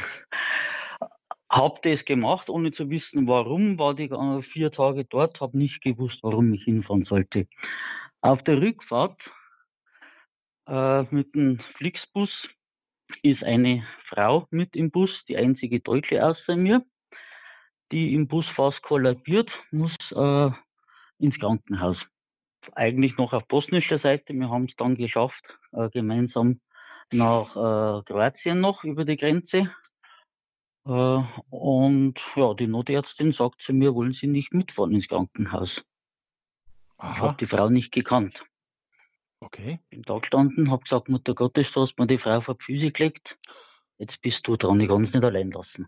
Hab das gemacht, ohne zu wissen, warum, war die vier Tage dort, habe nicht gewusst, warum ich hinfahren sollte. Auf der Rückfahrt äh, mit dem Flixbus ist eine Frau mit im Bus, die einzige Deutsche außer mir, die im Bus fast kollabiert, muss äh, ins Krankenhaus. Eigentlich noch auf bosnischer Seite, wir haben es dann geschafft, äh, gemeinsam nach äh, Kroatien noch über die Grenze. Äh, und ja, die Notärztin sagt zu mir, wollen Sie nicht mitfahren ins Krankenhaus? Aha. Ich habe die Frau nicht gekannt. Okay. Bin da gestanden, habe gesagt, Mutter Gottes, du hast mir die Frau vor die Füße gelegt. Jetzt bist du dran, ich kann es nicht allein lassen.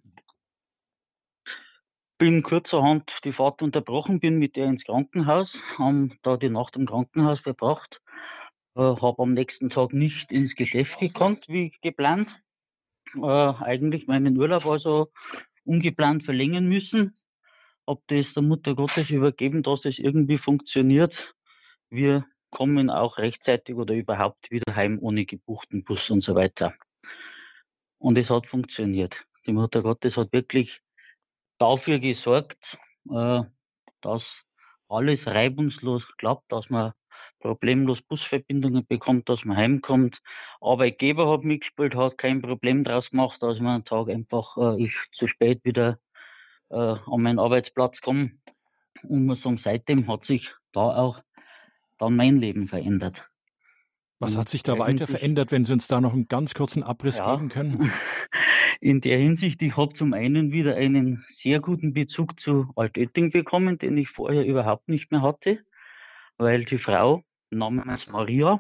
Bin kurzerhand die Fahrt unterbrochen, bin mit ihr ins Krankenhaus, haben da die Nacht im Krankenhaus verbracht, äh, habe am nächsten Tag nicht ins Geschäft gekonnt, wie geplant. Äh, eigentlich meinen Urlaub also ungeplant verlängern müssen. Hab das der Mutter Gottes übergeben, dass das irgendwie funktioniert. Wir kommen auch rechtzeitig oder überhaupt wieder heim ohne gebuchten Bus und so weiter. Und es hat funktioniert. Die Mutter Gottes hat wirklich dafür gesorgt, äh, dass alles reibungslos klappt, dass man problemlos Busverbindungen bekommt, dass man heimkommt. Arbeitgeber hat mitgespielt, hat kein Problem draus gemacht, dass man einen Tag einfach äh, ich zu spät wieder äh, an meinen Arbeitsplatz komme. Und muss sagen, seitdem hat sich da auch dann mein Leben verändert. Was Und hat sich da weiter verändert, wenn Sie uns da noch einen ganz kurzen Abriss ja, geben können? In der Hinsicht, ich habe zum einen wieder einen sehr guten Bezug zu Altötting bekommen, den ich vorher überhaupt nicht mehr hatte, weil die Frau namens Maria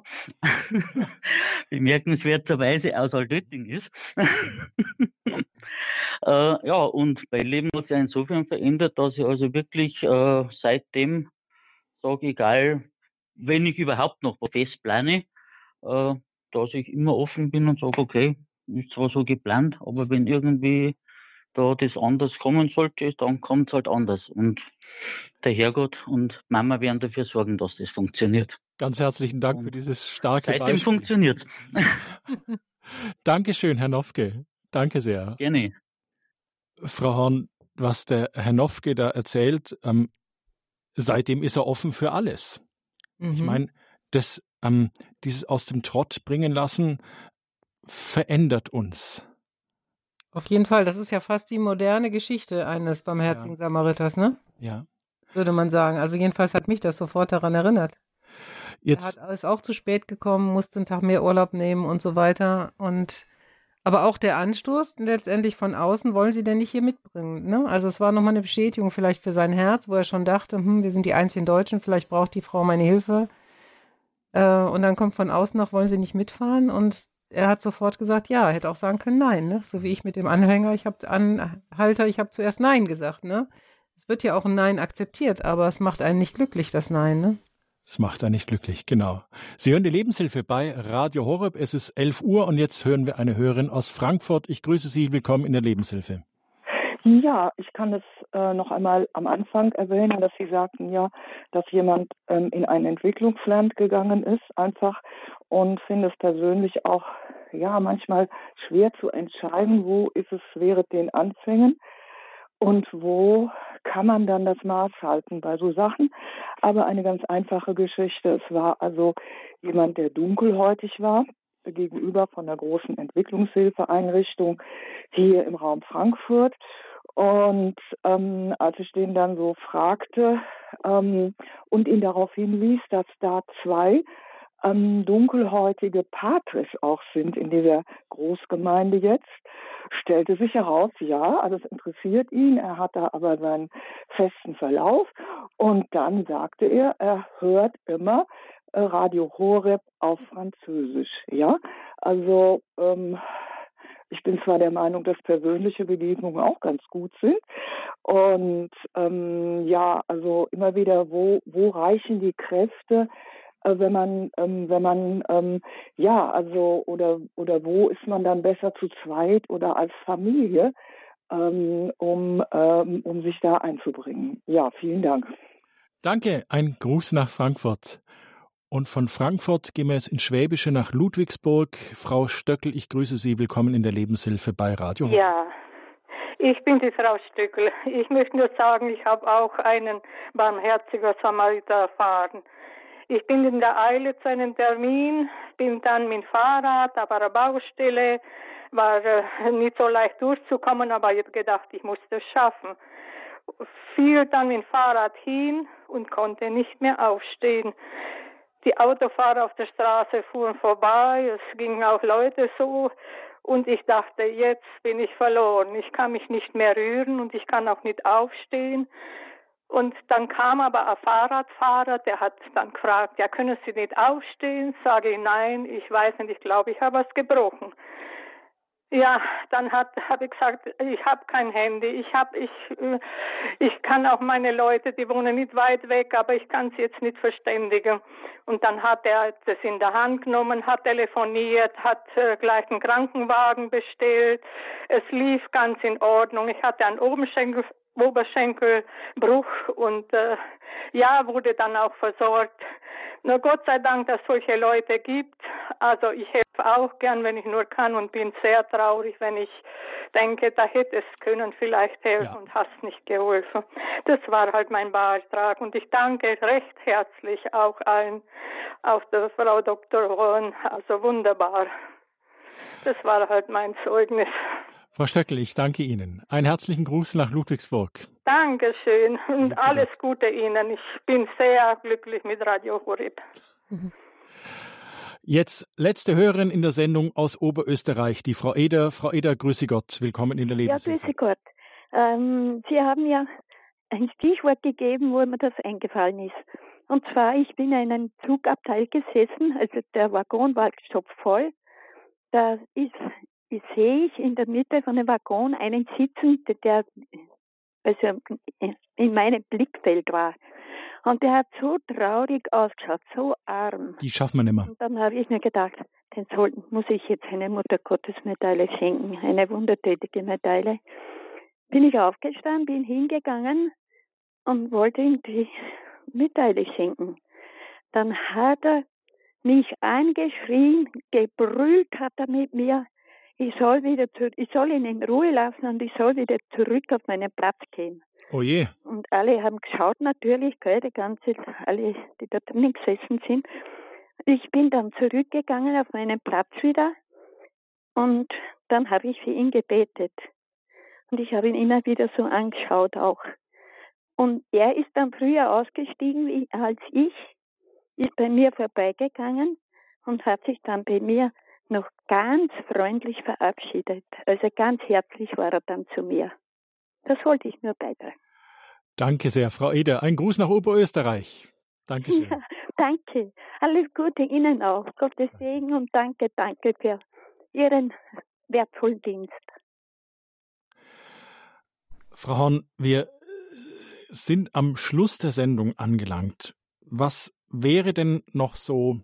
bemerkenswerterweise aus Altötting ist. äh, ja, und mein Leben hat sich insofern verändert, dass ich also wirklich äh, seitdem sage, egal, wenn ich überhaupt noch fest plane, äh, dass ich immer offen bin und sage, okay, ist zwar so geplant, aber wenn irgendwie da das anders kommen sollte, dann kommt es halt anders. Und der Herrgott und Mama werden dafür sorgen, dass das funktioniert. Ganz herzlichen Dank für dieses starke Seitdem Beispiel. funktioniert es. Dankeschön, Herr Nofke. Danke sehr. Gerne. Frau Horn, was der Herr Nofke da erzählt, ähm, seitdem ist er offen für alles. Mhm. Ich meine, das, ähm, dieses aus dem Trott bringen lassen, verändert uns. Auf jeden Fall, das ist ja fast die moderne Geschichte eines barmherzigen Ja. Samariters, ne? Ja. Würde man sagen. Also jedenfalls hat mich das sofort daran erinnert. Jetzt, Er hat, ist auch zu spät gekommen, musste einen Tag mehr Urlaub nehmen und so weiter. Und aber auch der Anstoß letztendlich von außen, wollen Sie denn nicht hier mitbringen? Ne? Also es war nochmal eine Bestätigung vielleicht für sein Herz, wo er schon dachte, hm, wir sind die einzigen Deutschen, vielleicht braucht die Frau meine Hilfe. Äh, und dann kommt von außen noch, wollen Sie nicht mitfahren? Und er hat sofort gesagt, ja, er hätte auch sagen können, nein. Ne? So wie ich mit dem Anhänger, ich habe Anhalter, ich habe zuerst Nein gesagt. Ne? Es wird ja auch ein Nein akzeptiert, aber es macht einen nicht glücklich, das Nein, ne? Es macht einen nicht glücklich, genau. Sie hören die Lebenshilfe bei Radio Horeb. Es ist elf Uhr und jetzt hören wir eine Hörerin aus Frankfurt. Ich grüße Sie, willkommen in der Lebenshilfe. Ja, ich kann das äh, noch einmal am Anfang erwähnen, dass Sie sagten ja, dass jemand ähm, in ein Entwicklungsland gegangen ist, einfach, und finde es persönlich auch ja manchmal schwer zu entscheiden, wo ist es während den Anfängen und wo kann man dann das Maß halten bei so Sachen. Aber eine ganz einfache Geschichte. Es war also jemand, der dunkelhäutig war, gegenüber von der großen Entwicklungshilfeeinrichtung hier im Raum Frankfurt. Und ähm, als ich den dann so fragte ähm, und ihn darauf hinwies, dass da zwei ähm, dunkelhäutige Patres auch sind in dieser Großgemeinde jetzt, stellte sich heraus, ja, also es interessiert ihn, er hat da aber seinen festen Verlauf. Und dann sagte er, er hört immer äh, Radio Horeb auf Französisch, ja, also ähm, ich bin zwar der Meinung, dass persönliche Begegnungen auch ganz gut sind. Und ähm, ja, also immer wieder, wo, wo reichen die Kräfte, äh, wenn man, ähm, wenn man, ähm, ja, also, oder, oder wo ist man dann besser zu zweit oder als Familie, ähm, um, ähm, um sich da einzubringen. Ja, vielen Dank. Danke, ein Gruß nach Frankfurt. Und von Frankfurt gehen wir jetzt ins Schwäbische nach Ludwigsburg. Frau Stöckel, ich grüße Sie. Willkommen in der Lebenshilfe bei Radio Horeb. Ja, ich bin die Frau Stöckel. Ich möchte nur sagen, ich habe auch einen barmherzigen Samariter erfahren. Ich bin in der Eile zu einem Termin, bin dann mit dem Fahrrad, da war eine Baustelle, war äh, nicht so leicht durchzukommen, aber ich habe gedacht, ich muss das schaffen. Fiel dann mit dem Fahrrad hin und konnte nicht mehr aufstehen. Die Autofahrer auf der Straße fuhren vorbei, es gingen auch Leute so und ich dachte, jetzt bin ich verloren. Ich kann mich nicht mehr rühren und ich kann auch nicht aufstehen. Und dann kam aber ein Fahrradfahrer, der hat dann gefragt, ja, können Sie nicht aufstehen? Sage ich, nein, ich weiß nicht, ich glaube, ich habe was gebrochen. Ja, dann hat habe ich gesagt, ich habe kein Handy, ich habe ich ich kann auch meine Leute, die wohnen nicht weit weg, aber ich kann sie jetzt nicht verständigen. Und dann hat er das in der Hand genommen, hat telefoniert, hat äh, gleich einen Krankenwagen bestellt. Es lief ganz in Ordnung. Ich hatte einen Oberschenkel Oberschenkelbruch und äh, ja, wurde dann auch versorgt. Nur Gott sei Dank, dass es solche Leute gibt. Also ich helfe auch gern, wenn ich nur kann und bin sehr traurig, wenn ich denke, da hätte es können vielleicht helfen ja. und hast nicht geholfen. Das war halt mein Beitrag und ich danke recht herzlich auch allen, auch der Frau Doktor Rohn, also wunderbar. Das war halt mein Zeugnis. Frau Stöckel, ich danke Ihnen. Einen herzlichen Gruß nach Ludwigsburg. Dankeschön und alles Gute Ihnen. Ich bin sehr glücklich mit Radio Horeb. Jetzt letzte Hörerin in der Sendung aus Oberösterreich, die Frau Eder. Frau Eder, grüße Gott, willkommen in der Lebenshilfe. Ja, grüße Gott. Ähm, Sie haben ja ein Stichwort gegeben, wo mir das eingefallen ist. Und zwar, ich bin in einem Zugabteil gesessen, also der Waggon war stopfvoll. Da ist Ich sehe ich in der Mitte von dem Waggon einen sitzen, der also in meinem Blickfeld war. Und der hat so traurig ausgeschaut, so arm. Die schaffen wir nicht mehr. Und dann habe ich mir gedacht, den sollten, muss ich jetzt eine Mutter-Gottes-Medaille schenken, eine wundertätige Medaille. Bin ich aufgestanden, bin hingegangen und wollte ihm die Medaille schenken. Dann hat er mich angeschrien, gebrüllt hat er mit mir, Ich soll wieder zu, ich soll ihn in Ruhe lassen und ich soll wieder zurück auf meinen Platz gehen. Oh je. Und alle haben geschaut natürlich, gell, die ganze, alle, die da drinnen gesessen sind. Ich bin dann zurückgegangen auf meinen Platz wieder und dann habe ich für ihn gebetet. Und ich habe ihn immer wieder so angeschaut auch. Und er ist dann früher ausgestiegen wie, als ich, ist bei mir vorbeigegangen und hat sich dann bei mir noch ganz freundlich verabschiedet. Also ganz herzlich war er dann zu mir. Das wollte ich nur beitragen. Danke sehr, Frau Eder. Ein Gruß nach Oberösterreich. Dankeschön. Ja, danke. Alles Gute Ihnen auch. Gottes Segen und danke, danke für Ihren wertvollen Dienst. Frau Horn, wir sind am Schluss der Sendung angelangt. Was wäre denn noch so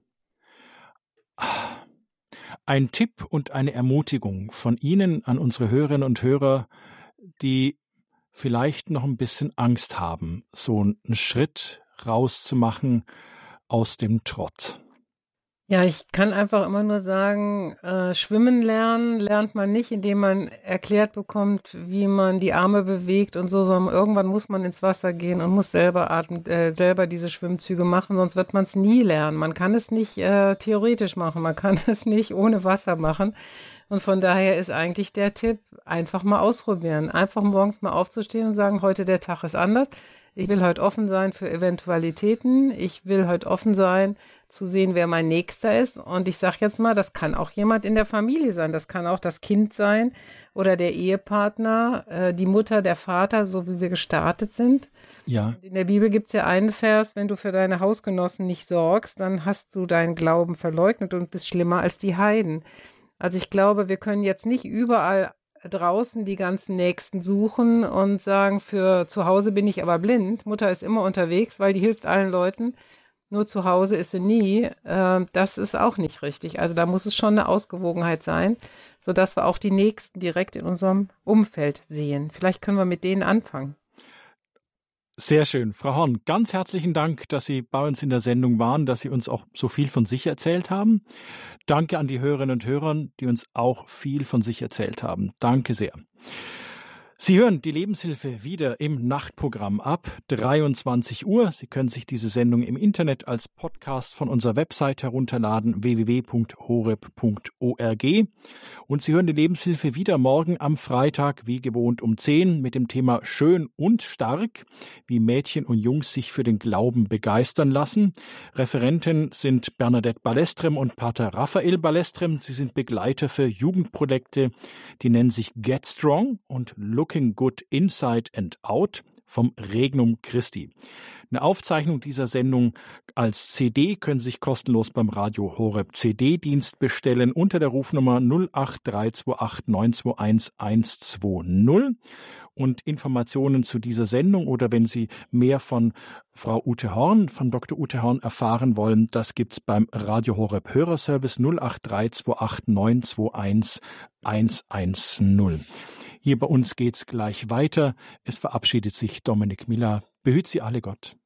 ein Tipp und eine Ermutigung von Ihnen an unsere Hörerinnen und Hörer, die vielleicht noch ein bisschen Angst haben, so einen Schritt rauszumachen aus dem Trott? Ja, ich kann einfach immer nur sagen, äh, schwimmen lernen lernt man nicht, indem man erklärt bekommt, wie man die Arme bewegt und so, sondern irgendwann muss man ins Wasser gehen und muss selber atmen, äh, selber diese Schwimmzüge machen, sonst wird man es nie lernen. Man kann es nicht äh, theoretisch machen, man kann es nicht ohne Wasser machen. Und von daher ist eigentlich der Tipp, einfach mal ausprobieren. Einfach morgens mal aufzustehen und sagen, heute der Tag ist anders. Ich will heute offen sein für Eventualitäten. Ich will heute offen sein, zu sehen, wer mein Nächster ist. Und ich sage jetzt mal, das kann auch jemand in der Familie sein. Das kann auch das Kind sein oder der Ehepartner, äh, die Mutter, der Vater, so wie wir gestartet sind. Ja. In der Bibel gibt es ja einen Vers, wenn du für deine Hausgenossen nicht sorgst, dann hast du deinen Glauben verleugnet und bist schlimmer als die Heiden. Also ich glaube, wir können jetzt nicht überall draußen die ganzen Nächsten suchen und sagen, für zu Hause bin ich aber blind. Mutter ist immer unterwegs, weil die hilft allen Leuten. Nur zu Hause ist sie nie. Äh, das ist auch nicht richtig. Also da muss es schon eine Ausgewogenheit sein, sodass wir auch die Nächsten direkt in unserem Umfeld sehen. Vielleicht können wir mit denen anfangen. Sehr schön. Frau Horn, ganz herzlichen Dank, dass Sie bei uns in der Sendung waren, dass Sie uns auch so viel von sich erzählt haben. Danke an die Hörerinnen und Hörer, die uns auch viel von sich erzählt haben. Danke sehr. Sie hören die Lebenshilfe wieder im Nachtprogramm ab dreiundzwanzig Uhr. Sie können sich diese Sendung im Internet als Podcast von unserer Website herunterladen, w w w punkt horeb punkt org. Und Sie hören die Lebenshilfe wieder morgen am Freitag, wie gewohnt um zehn, mit dem Thema Schön und Stark, wie Mädchen und Jungs sich für den Glauben begeistern lassen. Referenten sind Bernadette Balestrem und Pater Raphael Balestrem. Sie sind Begleiter für Jugendprojekte, die nennen sich Get Strong und Look Looking Good Inside and Out vom Regnum Christi. Eine Aufzeichnung dieser Sendung als C D können Sie sich kostenlos beim Radio Horeb C D-Dienst bestellen unter der Rufnummer null acht drei zwei acht neun zwei eins eins zwei null. Und Informationen zu dieser Sendung oder wenn Sie mehr von Frau Ute Horn, von Doktor Ute Horn erfahren wollen, das gibt's beim Radio Horeb Hörerservice null acht drei zwei acht neun zwei eins eins eins null. Hier bei uns geht's gleich weiter. Es verabschiedet sich Dominik Miller. Behüt Sie alle Gott.